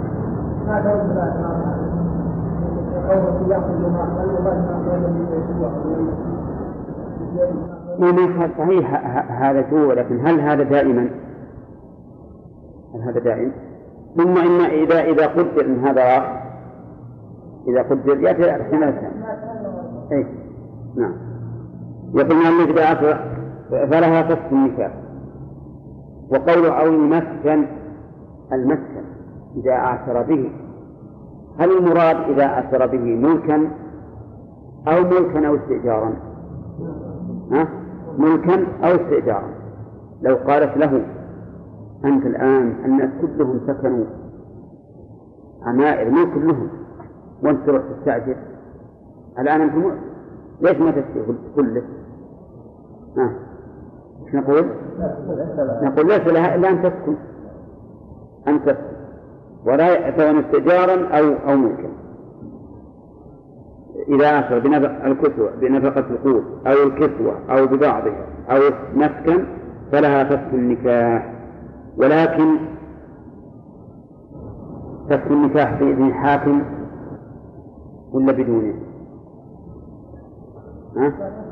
ما صحيح هذا جوع، لكن هل هذا دائما؟ هل هذا دائم؟ ثم إن إذا إذا قدر إن هذا راح إذا قدر يأتي احتمال ثاني. أي نعم. يقول أن إذا أسرع فلها فسخ النكاح. وقول أو المسكن، المسكن إذا أعسر به، هل المراد إذا أعسر به ملكا أو ملكا أو استئجارا؟ ها؟ ملكا أو استئجارا. لو قالت له أنت الآن الناس كلهم سكنوا عمائر مو كلهم وانت تروح تستأجر، الآن أنت مؤمن ليش ما تستأجر كله؟ ها؟ إيش نقول؟ نقول ليس لها إلا أن تسكن، أن تسكن ولا يعتبر استئجارا أو أو ملكا. إذا أثر الكسوة بنفقة القوت أو الكسوة أو ببعضها أو مسكن فلها فسخ النكاح. ولكن فسخ النكاح بإذن الحاكم ولا بدونه؟ ها؟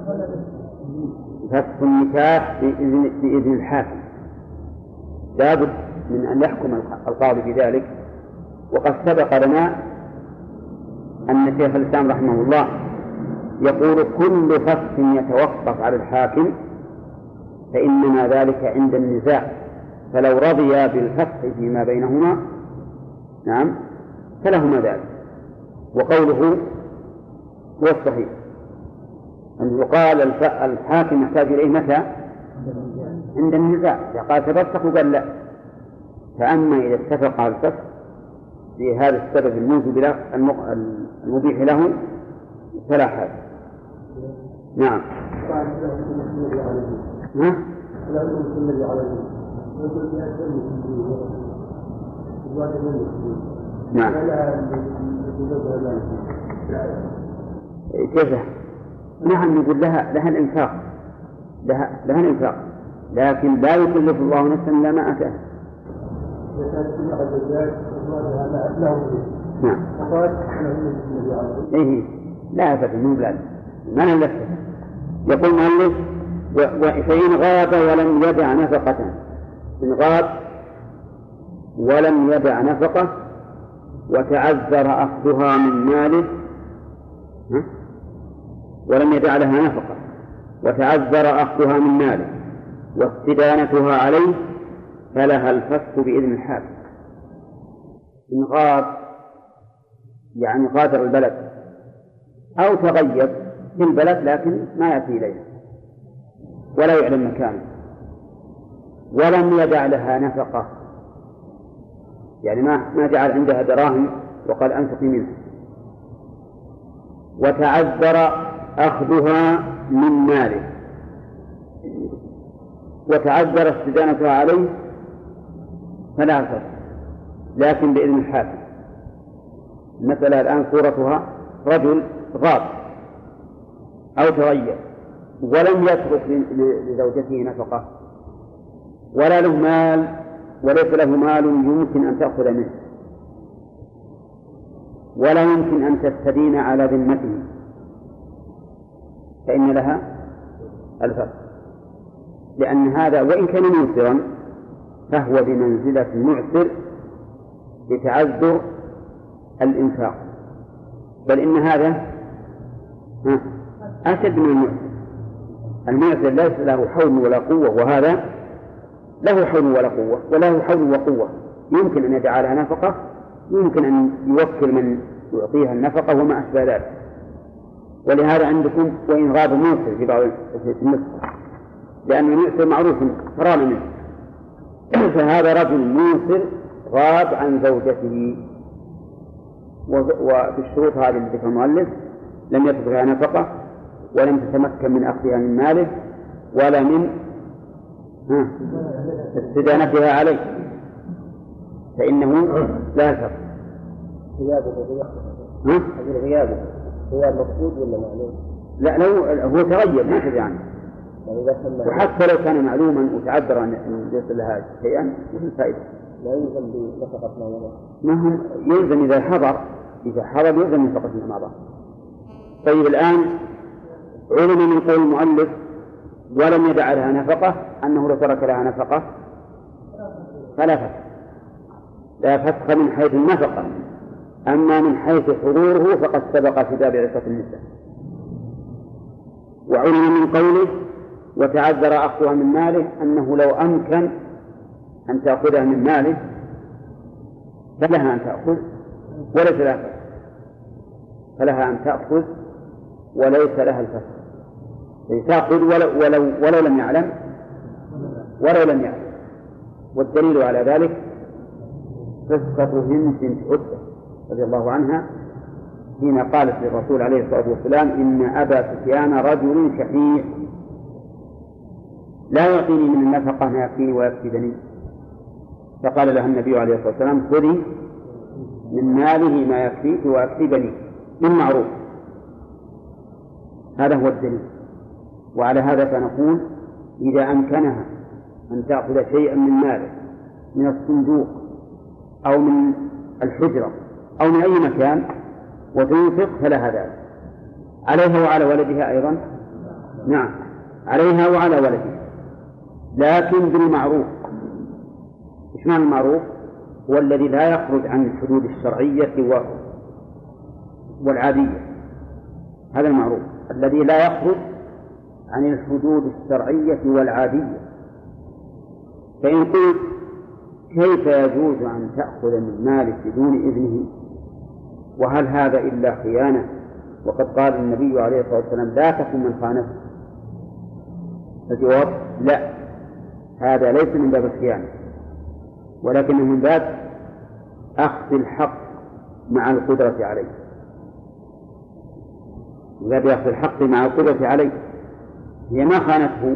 فسخ النكاح بإذن, بإذن الحاكم لابد من أن يحكم القاضي بذلك. وقد سبق لنا أن شيخ الإسلام رحمه الله يقول كل فسخ يتوقف على الحاكم فإنما ذلك عند النزاع، فلو رضي بالفسخ فيما بينهما نعم فلهما ذلك. وقوله هو الصحيح أن يقال الحاكم يحتاج إليه متى؟ عند النزاع. إذا قال تفسخ وقال لا. فأما إذا اتفق على الفسخ بهذا السبب الموجب له المبيح له فلا حاجة. نعم. ها؟ نعم. كيف؟ نعم نقول لها لها الإنفاق، لها لها الإنفاق، لكن لا يكلف الله نفسا إلا ما أتاها. نعم. إيه لا أبدا مو بلاد ما نلفه. يقول المؤلف فإن غاب ولم يدع نفقة، إن غاب ولم يدع نفقة وتعذر أخذها من ماله، ولم يدع لها نفقة وتعذر أخذها من ماله واستدانتها عليه فلها الفسخ بإذن الحاكم. إن غاب يعني غادر البلد أو تغيب في البلد لكن ما يأتي إليه ولا يعلم مكانه ولم يدع لها نفقة، يعني ما ما جعل عندها دراهم وقال أنفقي منها، وتعذر أخذها من ماله وتعذر استدانتها عليه فلا فرق، لكن بإذن الحاكم. مثلا الآن صورتها رجل غاب أو تغير ولم يترك لزوجته نفقة ولا له مال وليس له مال يمكن أن تأخذ منه ولا يمكن أن تستدين على ذمته، فإن لها الفرق، لأن هذا وإن كان موسرا فهو بمنزلة المعسر لتعذر الإنفاق، بل إن هذا أشد من المعسر. المعسر ليس له حول ولا قوة، وهذا له حول ولا قوة وله حول وقوة، يمكن أن يجعلها نفقة، يمكن أن يوكل من يعطيها النفقة وما أشبه ذلك. ولهذا عندكم وإن غاب موسر في بعض النسخ، لأن المعسر معروف حرام منه، فهذا رجل موسر غاب عن زوجته وبالشروط هذه التي ذكرها المؤلف لم يترك لها نفقة ولم تتمكن من أخذها من ماله ولا من استدانتها عليه، فإنه لا يفرق. غيابه غياب مقصود ولا معلوم؟ لا، لو هو تغير ما تدري عنه، وحتى لو كان معلوما وتعذر أن يصل لها شيئا مثل فائدة لا يلزم بنفقة ما مضى. ما هم يلزم إذا حضر، إذا حضر يلزم نفقة ما مضى. طيب الآن علم من قول المؤلف ولم يدع لها نفقة أنه لو ترك لها نفقة فلا فسخ، لا فسخ من حيث النفقة، أما من حيث حضوره فقد سبق في باب عصمة النساء. وعلم من قوله وتعذر أخذها من ماله أنه لو أمكن أن تأخذها من ماله فلها أن تأخذ وليس لها فسخ، فلها أن تأخذ وليس لها الفسخ، تأخذ ولو, ولو, ولو لم يعلم ولو لم يعلم. والدليل على ذلك قصة هند بنت عتبة رضي الله عنها حين قالت للرسول عليه الصلاة والسلام إن أبا سفيان رجل شحيح لا يعطيني من النفقة ما يكفيني ويكفي بني، فقال لها النبي عليه الصلاة والسلام خذي من ماله ما يكفيك ويكفي بني من معروف. هذا هو الدليل. وعلى هذا فنقول إذا أمكنها أن تأخذ شيئا من ماله من الصندوق أو من الحجرة أو من أي مكان وتنفق فلها ذلك، عليها وعلى ولدها أيضا. نعم عليها وعلى ولدها، لكن بالمعروف. إيش معنى المعروف؟ هو الذي لا يخرج عن الحدود الشرعية والعادية، هذا المعروف الذي لا يخرج عن الحدود الشرعية والعادية. فإن قلت كيف يجوز أن تأخذ من مالك بدون إذنه وهل هذا إلا خيانة؟ وقد قال النبي عليه الصلاة والسلام لا تكن من خانته. الجواب لا، هذا ليس من باب الخيانة ولكنه من باب أخذ الحق مع القدرة عليه، إذا بأخذ الحق مع القدرة عليه، هي ما خانته.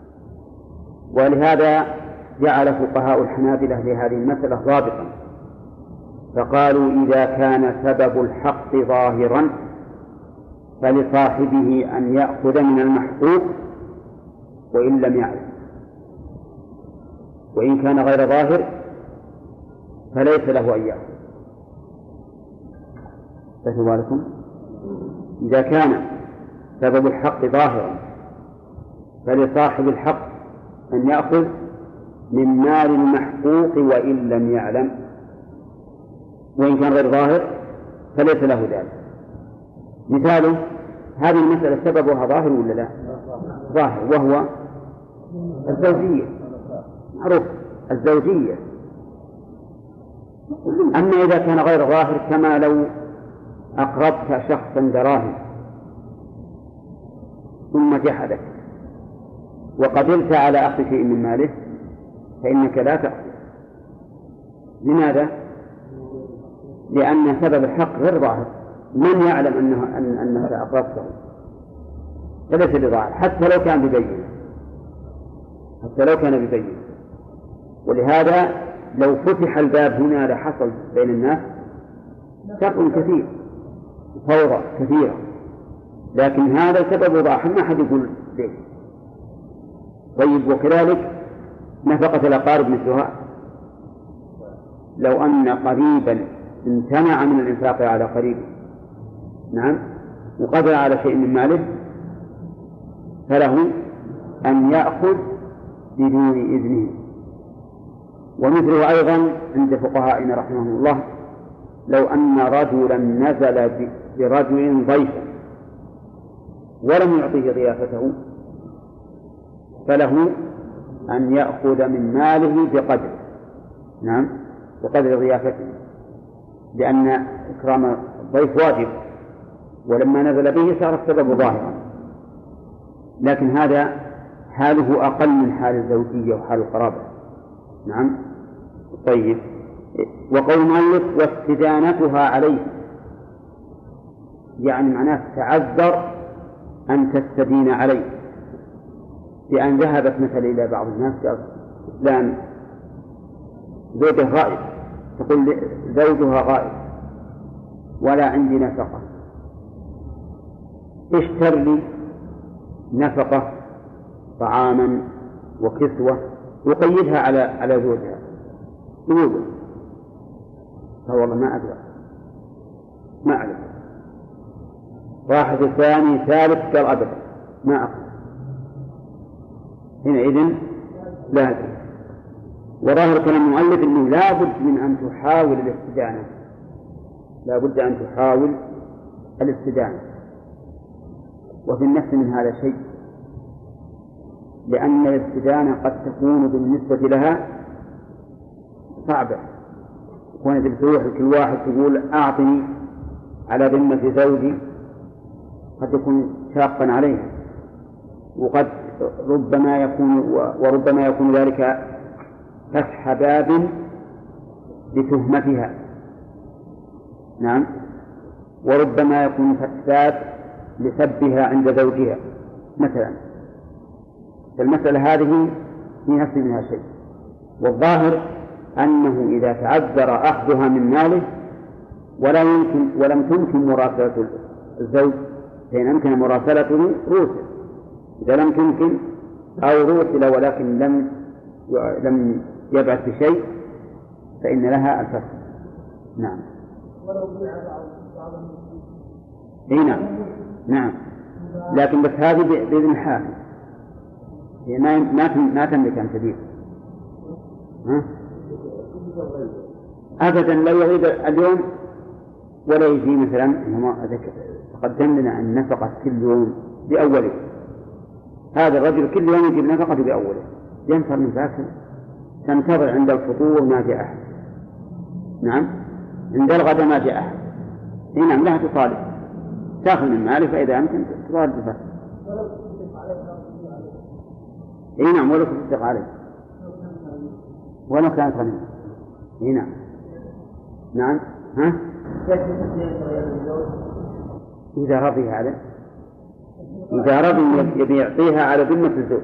ولهذا جعل فقهاء الحنابلة لهذه المسألة ضابطا، فقالوا إذا كان سبب الحق ظاهرا فلصاحبه أن يأخذ من المحقوق وإن لم يعلم، وإن كان غير ظاهر فليس له أن يأخذ. فسبالكم إذا كان سبب الحق ظاهرا فلصاحب الحق أن يأخذ من مال المحقوق وإن لم يعلم، وإن كان غير ظاهر فليس له ذلك. مثاله هذه المسألة سببها ظاهر ولا لا؟ ظاهر، وهو الزوجية، معروف الزوجية. أما إذا كان غير ظاهر كما لو أقرضت شخصا دراهم ثم جحدك وقدرت على أخذ شيء من ماله فإنك لا تأخذ. لماذا؟ لأن سبب الحق غير ظاهر، من يعلم أنه أن أنك أقرضته فليس بظاهر حتى لو كان ببينة، حتى لو كان ببينة. ولهذا لو فتح الباب هنا لحصل بين الناس شر كثير، فوضى كثيرة، لكن هذا سبب ظاهر ما حد يقول ليه. طيب، وكذلك نفقة الأقارب مثلها، لو أن قريبا امتنع من الإنفاق على قريبه، نعم، وقدر على شيء من ماله فله أن يأخذ بدون إذنه. ومثله أيضا عند فقهائنا رحمه الله، لو أن رجلا نزل برجل ضيفا ولم يعطيه ضيافته فله أن يأخذ من ماله بقدر، نعم، بقدر ضيافته، لأن إكرام الضيف واجب، ولما نزل به صار السبب ظاهرا. لكن هذا حاله أقل من حال الزوجية وحال القرابة، نعم. طيب، وقول المؤلف واستدانتها عليه، يعني معناه تعذر أن تستدين عليه، بأن ذهبت مثلا إلى بعض الناس فلان زوجه غائب، تقول زوجها غائب ولا عندي نفقة، اشتر لي نفقة طعاما وكسوة وقيدها على على زوجها، يقول فوالله ما أدري ما أعلم. واحد ثاني ثالث قال أبدا ما أقل، حينئذ لا أدري. وظاهر كلام المؤلف أنه لا بد من أن تحاول الاستدانة، لا بد أن تحاول الاستدانة. وفي النفس من هذا شيء، لأن الاستدانة قد تكون بالنسبة لها صعبة، كونت تروح لكل واحد تقول أعطني على ذمة زوجي قد يكون شاقا عليها، وقد ربما يكون وربما يكون ذلك فتح باب لتهمتها، نعم، وربما يكون فتح باب لسبها عند زوجها مثلا. فالمسألة هذه في نفس منها شيء. والظاهر أنه إذا تعذر أخذها من ماله ولا يمكن ولم تمكن مراسلة الزوج، فإن أمكن مراسلته روسل، إذا لم تمكن أو روسل ولكن لم لم يبعث بشيء فإن لها الفسخ، نعم. إيه نعم نعم، لكن بس هذه بإذن الحاكم، هي ما ما ما تملك أن تبيع أبدا. لو يريد اليوم ولا يجي مثلا، تقدم لنا النفقة كل يوم بأوله، هذا الرجل كل يوم يجيب نفقة بأوله، ينفر من ذاك تنتظر عند الفطور ما جاء أحد، نعم، عند الغداء ما جاء أحد، إيه نعم، لها تصالح، تأخذ من ماله فإذا أمكن تصالح بفسخ، إيه نعم، ولو تصدق عليه ولو كانت غنيمة، إيه نعم نعم. ها إذا رضي على إذا رضي يبي يعطيها على ذمة الزوج.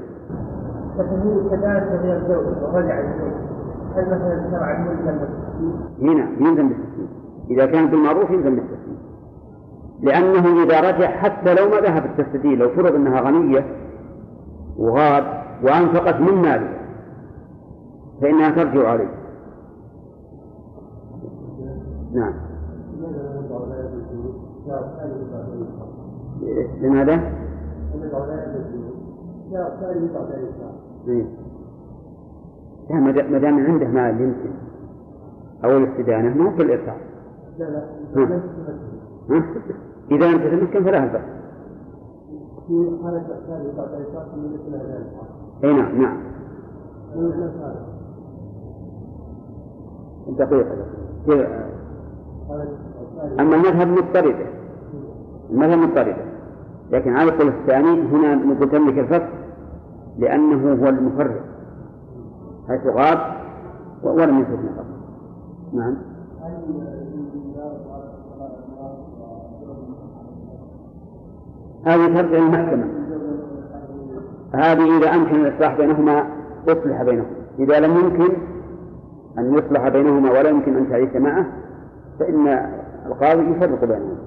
هنا يلزم بالتسليم، إذا كان بالمعروف يلزم بالتسليم، لأنه إذا رجع حتى لو ما ذهب التستدين، لو فرض أنها غنية وغاب وأنفقت من ماله فإنها ترجع عليه. نعم. لماذا؟ لا، ما دام عنده مال يمكن أو الاستدانة ما في الإرسال. إذا أنت تمكن فلا هذا. أي نعم نعم. دقيقة. أما المذهب مضطردة، المذهب مضطردة، لكن على القول الثاني هنا متملك الفصل لأنه هو المفرق حيث غاب ولم يفوت نفسه. نعم. هذه ترجع المحكمة، هذه إذا أمكن الإصلاح بينهما أصلح بينهما، إذا لم يمكن أن يصلح بينهما ولا يمكن أن تعيش معه فإن القاضي يفرق بينهما.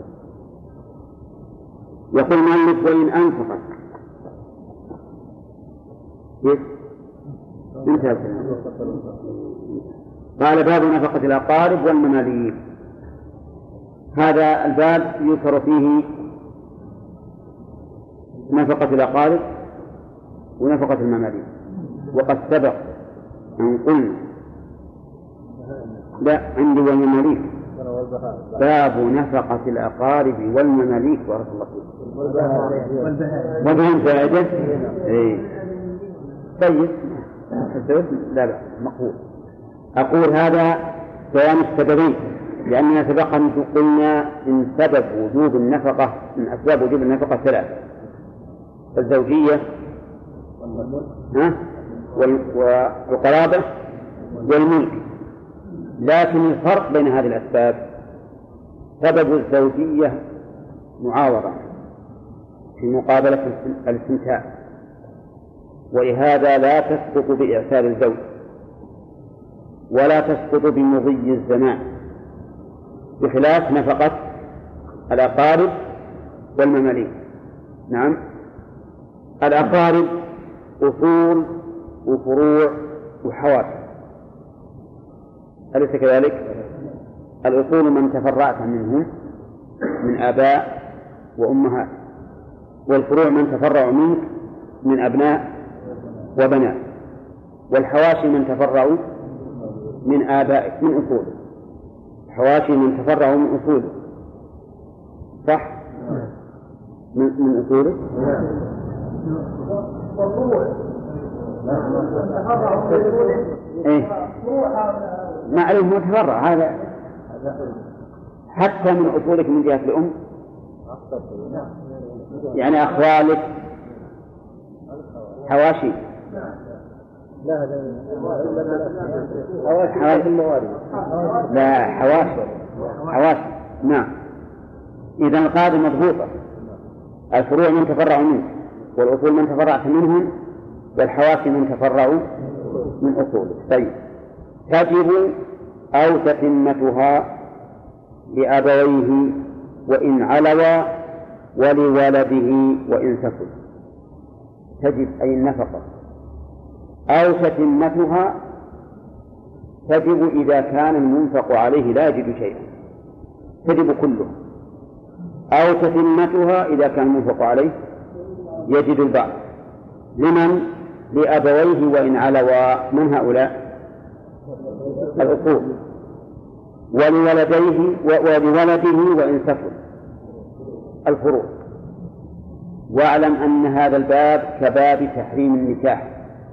يقول المؤلف وإن أنفقت انتهى الكلام. قال باب نفقة الأقارب والمماليك. هذا الباب يذكر فيه نفقة الأقارب ونفقة المماليك، وقد سبق أن قلنا لا عندي والمماليك باب نفقة الأقارب والمماليك بارك الله فيك. والبهائم فائدة. طيب لا لا مقبول. أقول هذا بيان السببين، لأننا سبق أن قلنا إن سبب وجوب النفقة من أسباب وجوب النفقة ثلاثة: الزوجية والقرابة والملك. لكن الفرق بين هذه الأسباب سبب الزوجية معاوضة في مقابلة الاستمتاع، ولهذا لا تسقط بإعسار الزوج ولا تسقط بمضي الزمان، بخلاف نفقة الأقارب والمماليك. نعم. الأقارب أصول وفروع وحواشي، أليس كذلك؟ الأصول من تفرعت منهم من آباء وأمهات، والفروع من تفرعوا منك من أبناء وبنات، والحواشي من تفرعوا من آبائك من أصوله، الحواشي من تفرعوا من أصوله، صح؟ من, من أصوله. إيه ما عليه متفرع هذا حتى من أصولك من جهة الأم، يعني أخوالك حواشي. لا حواشي الموارد. لا حواشي حواشي. نعم. إذا القاعدة مضبوطة، الفروع من تفرعوا منك، والأصول من تفرعت منهم، والحواشي من تفرعوا من أصولك. طيب. تجب أو تتمتها لأبويه وإن علوا ولولده وإن سفل. تجب أي النفقة أو تتمتها تجب إذا كان المنفق عليه لا يجد شيئا، تجب كله، أو تتمتها إذا كان المنفق عليه يجد البعض. لمن؟ لأبويه وإن علوا. من هؤلاء؟ الأصول. ولولديه ولولده وإن سفل الفروع. واعلم أن هذا الباب كباب تحريم النكاح.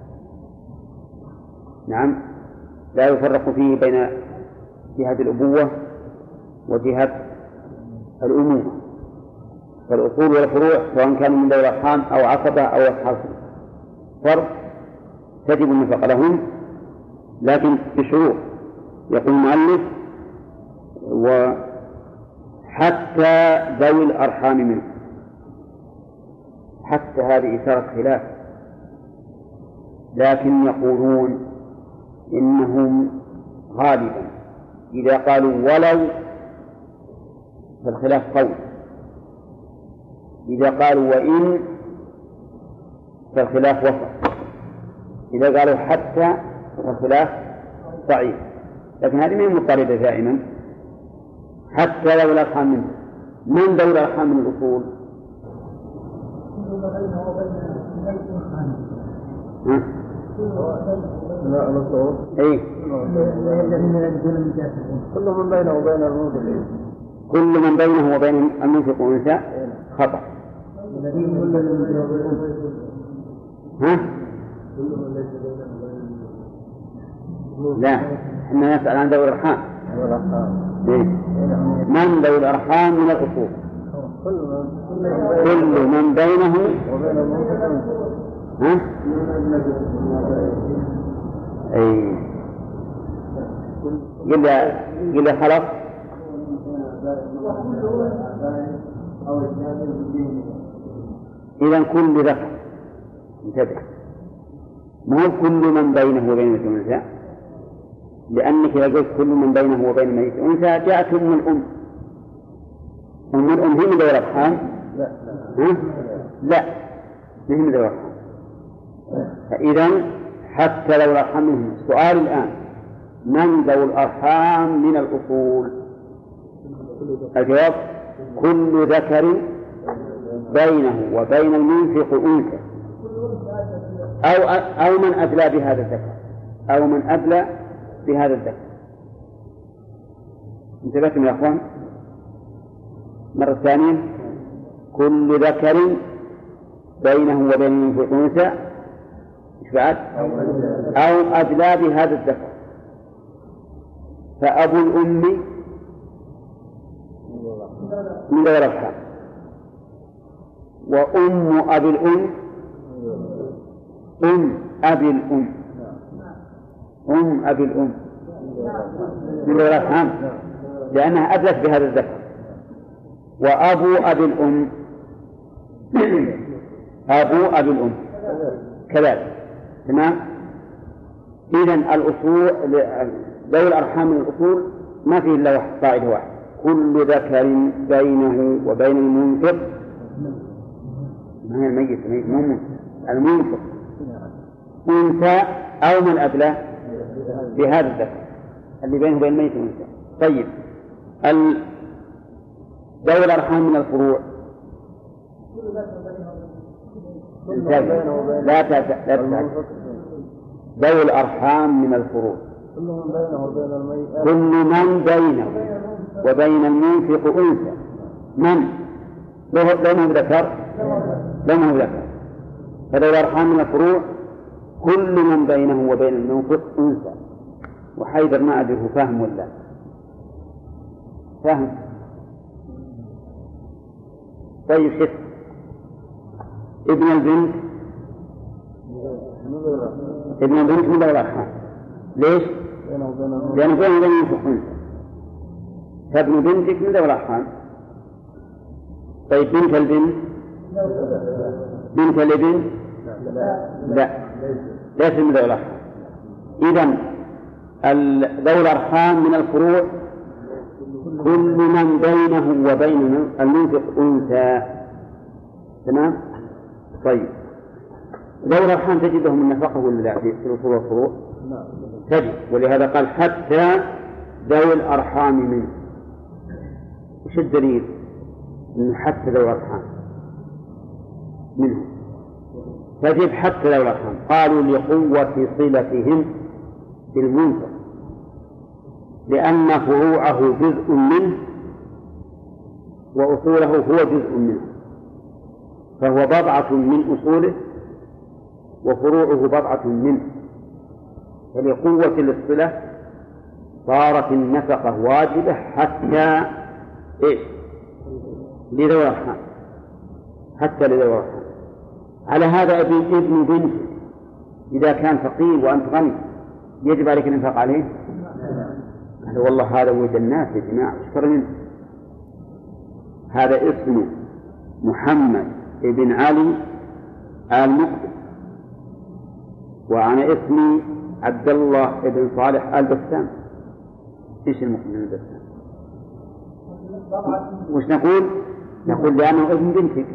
نعم. لا يفرق فيه بين جهة الأبوة وجهة الأمومة، فالأصول والفروع سواء كانوا من ذوي الأرحام أو عصبة أو أصحاب فرض تجب النفقة لهم، لكن بشروط. يقول المؤلف حتى ذوي الأرحام منه. حتى هذه إشارة خلاف، لكن يقولون إنهم غالبا إذا قالوا ولو فالخلاف قول، إذا قالوا وإن فالخلاف وسط، إذا قالوا حتى فالخلاف ضعيف. لكن هذه من مضطردة دائما. حتى ذوي الأرحام منه. من ذوي الأرحام من الأصول؟ ها؟ لا الأصول أي كل من بينه وبين المنفق كل من بينه وبين المنفق والنساء خطأ. ها؟ لا، احنا نسأل عن ذوي الأرحام. من ذوي الأرحام من الأصول؟ كل من بينه وبين المنفق. ها؟ أي قل قل خلاص. إذا كل ذكر انتبه، ما هو كل من بينه وبين الأنثى، لأنك إذا قلت كل من بينه وبين الميت أنثى جاءت أم الأم. أم الأم هي من ذوي الأرحام؟ لا ها؟ لا، هي من ذوي الأرحام. فإذا حتى لو الأرحام منهم. السؤال الآن من ذوي الأرحام من الأصول؟ الجواب كل ذكر بينه وبين المنفق أنثى أو أو من أدلى بهذا الذكر أو من أدلى بهذا الذكر. انتبهتم يا أخوان؟ مرة ثانية كل ذكر بينه وبين المنفق أنثى إيش بعد؟ أو أدلى بهذا الذكر. فأبو الأم من ذوي الأرحام، وأم أبي الأم أم أبي الأم أم أبي الأم من ذوي الأرحام لأنها أدلت بهذا الذكر. وأبو أبي الأم أبو أبي الأم كذلك. تمام. إذن الأصول ذوي الأرحام من الأصول ما فيه إلا واحد قاعدة واحد: كل ذكر بينه وبين المنفق. ما هي الميت الميت مو المنفق أنثى أو من أدلى بهذا الذكر اللي بينه وبين الميت أنثى. طيب ذوي الأرحام من الفروع لا تتعب. ذوي الأرحام من الفروع كل من بينه وبين المنفق أنثى. من لهم ذكر لهم ذكر. فذوي الأرحام من الفروع كل من بينه وبين المنفق أنثى. وحيدر ما أدره فهم ولا فهم. طيب شف ابن البنت ابن البنت من ذوي الأرحام. ليش؟ لأنه بينه وبين المنفق أنثى. فابن بنتك من ذوي الأرحام. طيب بنت البنت بنت الابن لا ليس من ذوي الأرحام. إذن ذوي الأرحام من الفروع كل من بينه وبين المنفق أنثى. تمام. طيب ذوي الأرحام تجدهم النفقة ولا لا في الأصول والفروع؟ تجد. ولهذا قال حتى ذوي الأرحام منه. وش الدليل؟ إنه حتى ذوي الأرحام منه تجد حتى ذوي الأرحام. قالوا لقوة صلتهم بالمنفق لأن فروعه جزء منه وأصوله هو جزء منه، فهو بضعة من أصوله وفروعه بضعة منه. فلقوة الصلة صارت النفقة واجبة حتى إيه؟ لذوي الأرحام حتى لذوي الأرحام. على هذا ابن ابن بنت إذا كان فقير وأنت غني يجب عليك الإنفاق عليه؟ والله هذا ولد الناس يا جماعة اشكر منه. هذا اسمه محمد بن علي آل مقدم، وأنا اسمي عبد الله بن صالح آل بسام. إيش المقدم من بسام؟ وش نقول؟ نقول لأنه ابن بنتك،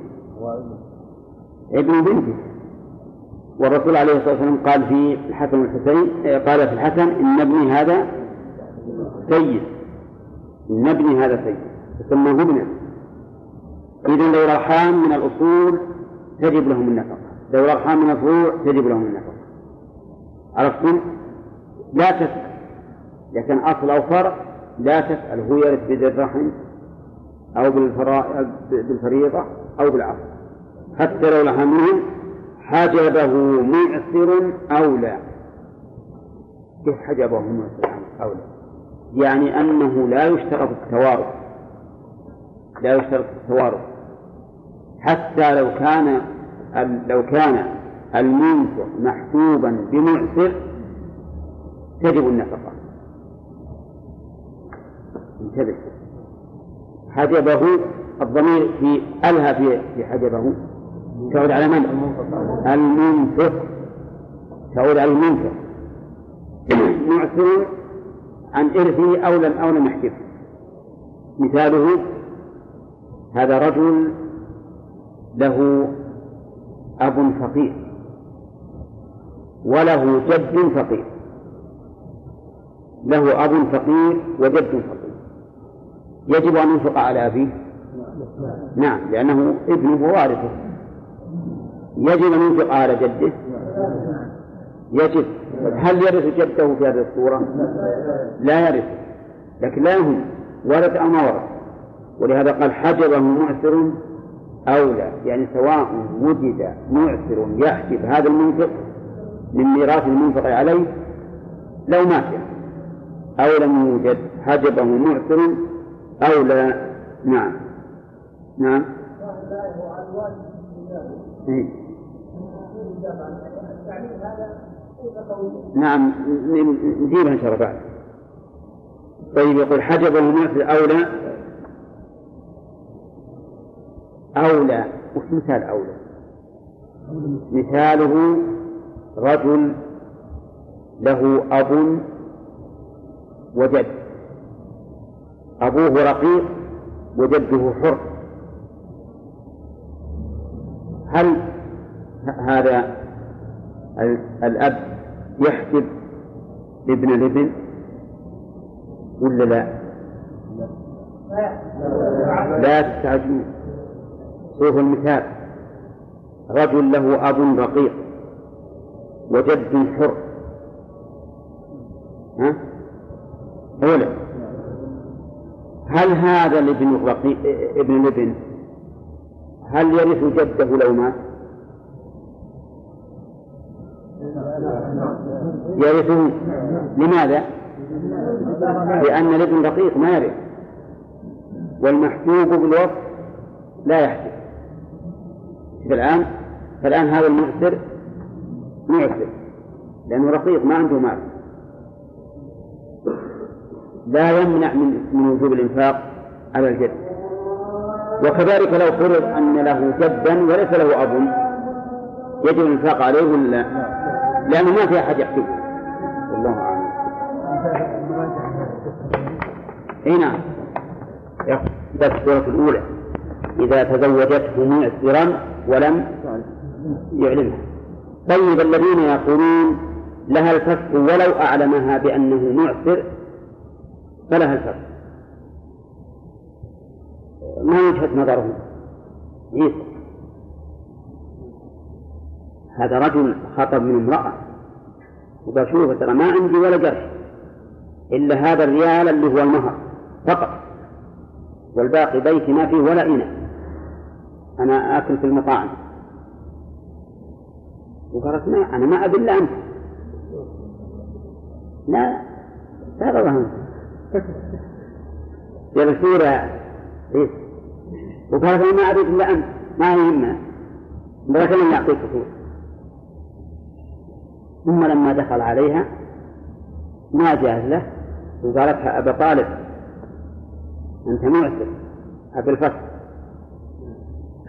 ابن بنتك. والرسول عليه الصلاة والسلام قال في الحسن والحسين، قال في الحسن إن ابني هذا سيد، إن ابني هذا سيد، فسماه ابنا. إذن ذوي الأرحام من الأصول تجب لهم النفقة، ذوي الأرحام من الفروع تجب لهم النفقة. عرفتم؟ لا تسأل، لكن أصل أو فرع لا تسأل، هو يرث بذي الرحم أو بالفريضة أو بالعصر، حتى لو لها منهم حجبه معسر أو لا. كيف حجبه معسر أو لا؟ يعني أنه لا يشترط التوارث، لا يشترط التوارث حتى لو كان لو كان المنفق محسوبا بمعسر تجب النفقة. انتبه، حجبه الضمير في ألها في في حجبه تعود على من؟ المنفق، تعود على المنفق. معسر عن إرثه أو لم أو لم يحجبه. مثاله هذا رجل له أب فقير وله جد فقير، له أب فقير وجد فقير، يجب أن ينفق على أبيه؟ نعم، لأنه ابنه وارثه. يجب أن ينفق على جده؟ يجب. هل يرث جده في هذه الصورة؟ لا يرث، لكن لا يهم ورث أو ما ورث. ولهذا قال حجبه معسر أو لا، يعني سواء وجد معسر يحجب هذا المنفق من ميراث المنفق عليه لو مات أو لم يوجد، حجبه معسر أو لا. نعم نعم إيه؟ نعم نجيبها إن شاء الله بعد. طيب، يقول حجبه معسر أو لا، أولى. وش مثال أولى؟ مثاله رجل له أب وجد، أبوه رقيق وجده حر، هل هذا الأب يحجب ابن الابن ولا لا؟ لا تستعجلوا. شوف المثال، رجل له أب رقيق وجد حر، ها؟ أولا هل هذا الابن الرقيق ابن الابن هل يرث جده لو مات؟ يرثه. لماذا؟ لأن الابن رقيق ما يرث، والمحجوب بالوصف لا يحجب. الآن فالآن هذا المعسر معسر لأنه رقيق ما عنده مال، لا يمنع من من وجوب الإنفاق على الجد. وكذلك لو فرض أن له جدا وليس له أب يجب الإنفاق عليه ولا؟ لأنه ما في أحد يحجبه. والله أعلم. أي نعم. بس السورة الأولى إذا تزوجته معسرا ولم يعلمها. طيب، الذين يقولون لها الفسق ولو أعلمها بأنه معسر فلها الفسق، ما وجهة نظرهم؟ عيسى هذا رجل خطب من امرأة وقال شوف ترى ما عندي ولا قرش إلا هذا الريال اللي هو المهر فقط، والباقي بيتي ما فيه ولا إناء، أنا آكل في المطاعم. وقالت ما أنا ما أبي إلا أنت. لا هذا رهن يا رسول إيه؟ وقالت أنا ما أبي إلا أنت، ما يهمنا لكن لم يعطيك فلوس. ثم لما دخل عليها ما جاء له وقالتها أبا طالب أنت معسر أبي الفصل،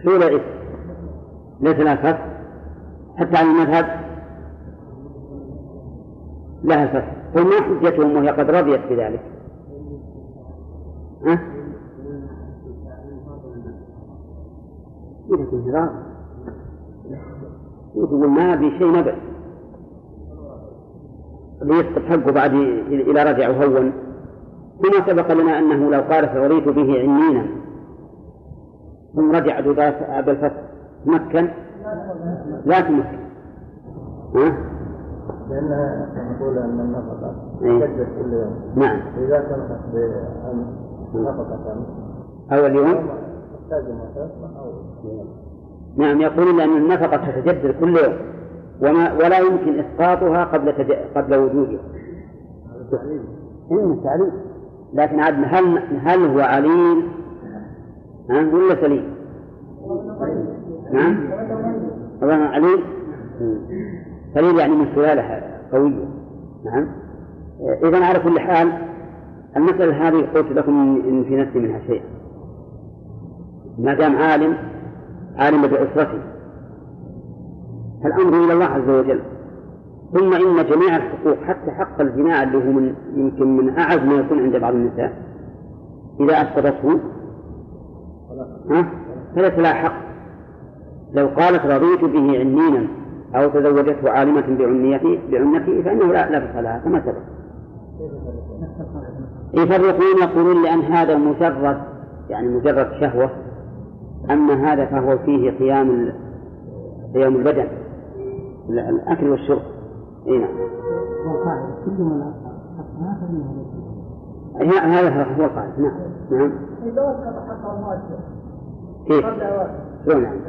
حول إثم ليس لها فتح، حتى على المذهب لها الفتح، فما حجتهم وهي قد رضيت بذلك؟ ها؟ إذا كنت راضي يقول ما أبي شيء نبع ليسقط حقه بعد إلى رجع وهون. كما سبق لنا أنه لو قال فرضيت به عنينا ثم رجع بعد الفتح تمكن؟ لا تمكن. ها؟ لأنها تقول أن النفقة تجدد كل يوم. نعم. إذا كانت بنفقة أول يوم تحتاج مصارف أو نعم، يقولون أن النفقة تتجدد كل يوم وما ولا يمكن إسقاطها قبل تج... قبل وجودها. إنه تعليل، لكن عاد هل هل هو عليل ها ولا سليم؟ نعم طبعا عليل سليم يعني من سلالة قوية. نعم. إذا على كل حال المسألة هذه قلت لكم إن في نفسي منها شيء. ما دام عالم عالم بأسرته فالأمر إلى الله عز وجل. ثم إن جميع الحقوق حتى حق الجماع اللي هو من يمكن من أعز ما يكون عند بعض النساء إذا أسقطته فليس لها حق. لو قالت رضيت به عنينا أو تزوجته عالمة بعنيته بعنته فإنه لا لبس لها كما سبق. يفرقون يقولون لأن هذا مجرد يعني مجرد شهوة، أما هذا فهو فيه قيام قيام البدن الأكل والشرب. إيه نعم. هذا هو القاعدة. نعم نعم. كيف؟ شلون يعني؟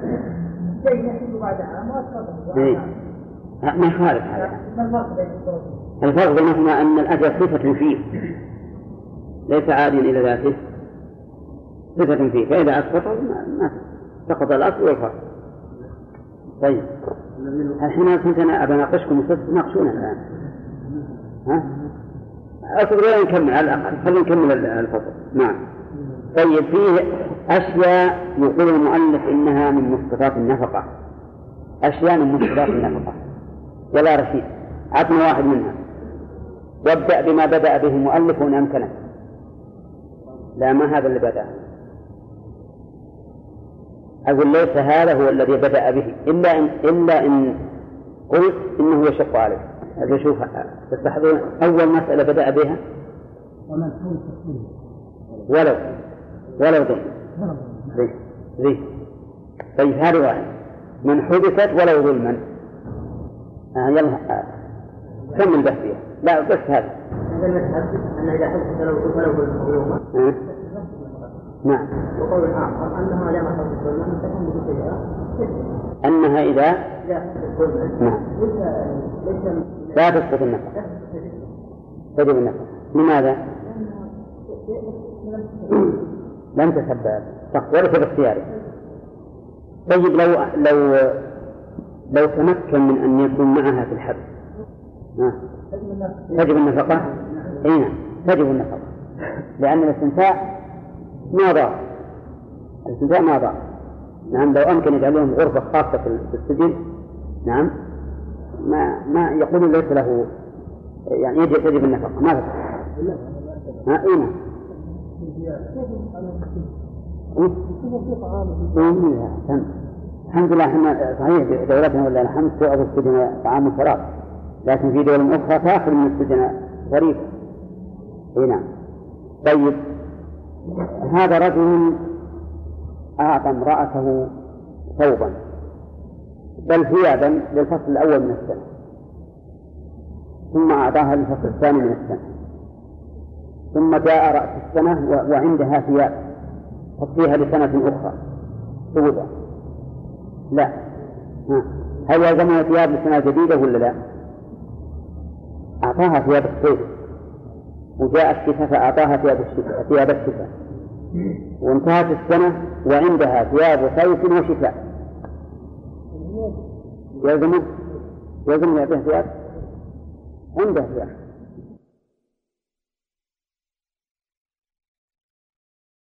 ما يخالف هذا. الفرق بينهما أن الأجر صفة فيه ليس عاديا إلى ذاته، صفة فيه، فإذا أسقط ما سقط الأصل والفرق. طيب الحين كنت أنا أبناقشكم تناقشون الآن. ها؟ أصبر لين نكمل على الأقل، خلينا نكمل الفصل. نعم. طيب فيه أشياء يقول المؤلف إنها من مسقطات النفقة، أشياء من مسقطات النفقة ولا رشيد. عطنا واحد منها وابدأ بما بدأ به المؤلف إن أمكنه. لا ما هذا اللي بدأ، أقول ليس هذا هو الذي بدأ به إلا إن إلا إن قلت إنه يشق عليه. أجل شوف تستحضرون أول مسألة بدأ بها ولو ولو ظلم ذي ذي. طيب هذا واحد من حدثت ولو ظلما. آه يلا آه. كمل بس فيها. لا بس هذا أن إذا حدثت ولو ظلما آه. نعم. وقول آخر أنها لا محدث ظلما تكون بسيئة أنها إذا نعم لا تسقط النفقة تجب النفقة. لماذا؟ لم تسبب وليس باختياره. طيب لو لو لو تمكن من أن يكون معها في الحبس تجب النفقة. أين تجب النفقة لأن الاستمتاع ما ضار، الاستمتاع ما ضار. نعم. لو أمكن يجعلهم غرفة خاصة في السجن نعم ما ما يقولون ليس له يعني يجب تجب النفقة ما له. ها إيه الحمد لله احنا صحيح دولتنا ولا الحمد تؤخذ السجن طعام وشراب، لكن في دول أخرى تأخذ من السجن غريب. اي نعم. طيب هذا رجل أعطى امرأته ثوبا بل ثيابا للفصل الأول من السنة ثم أعطاها للفصل الثاني من السنة، ثم جاء رأس السنة وعندها ثياب تقضيها لسنة أخرى سوداء. لا ها. هل يلزمها ثياب لسنة جديدة ولا لا؟ أعطاها ثياب الصيف وجاء الشتاء فأعطاها ثياب الشتاء ثياب الشتاء وانتهت السنة وعندها ثياب صيف وشتاء. يلزم يلزم يعطيها ثياب عندها ثياب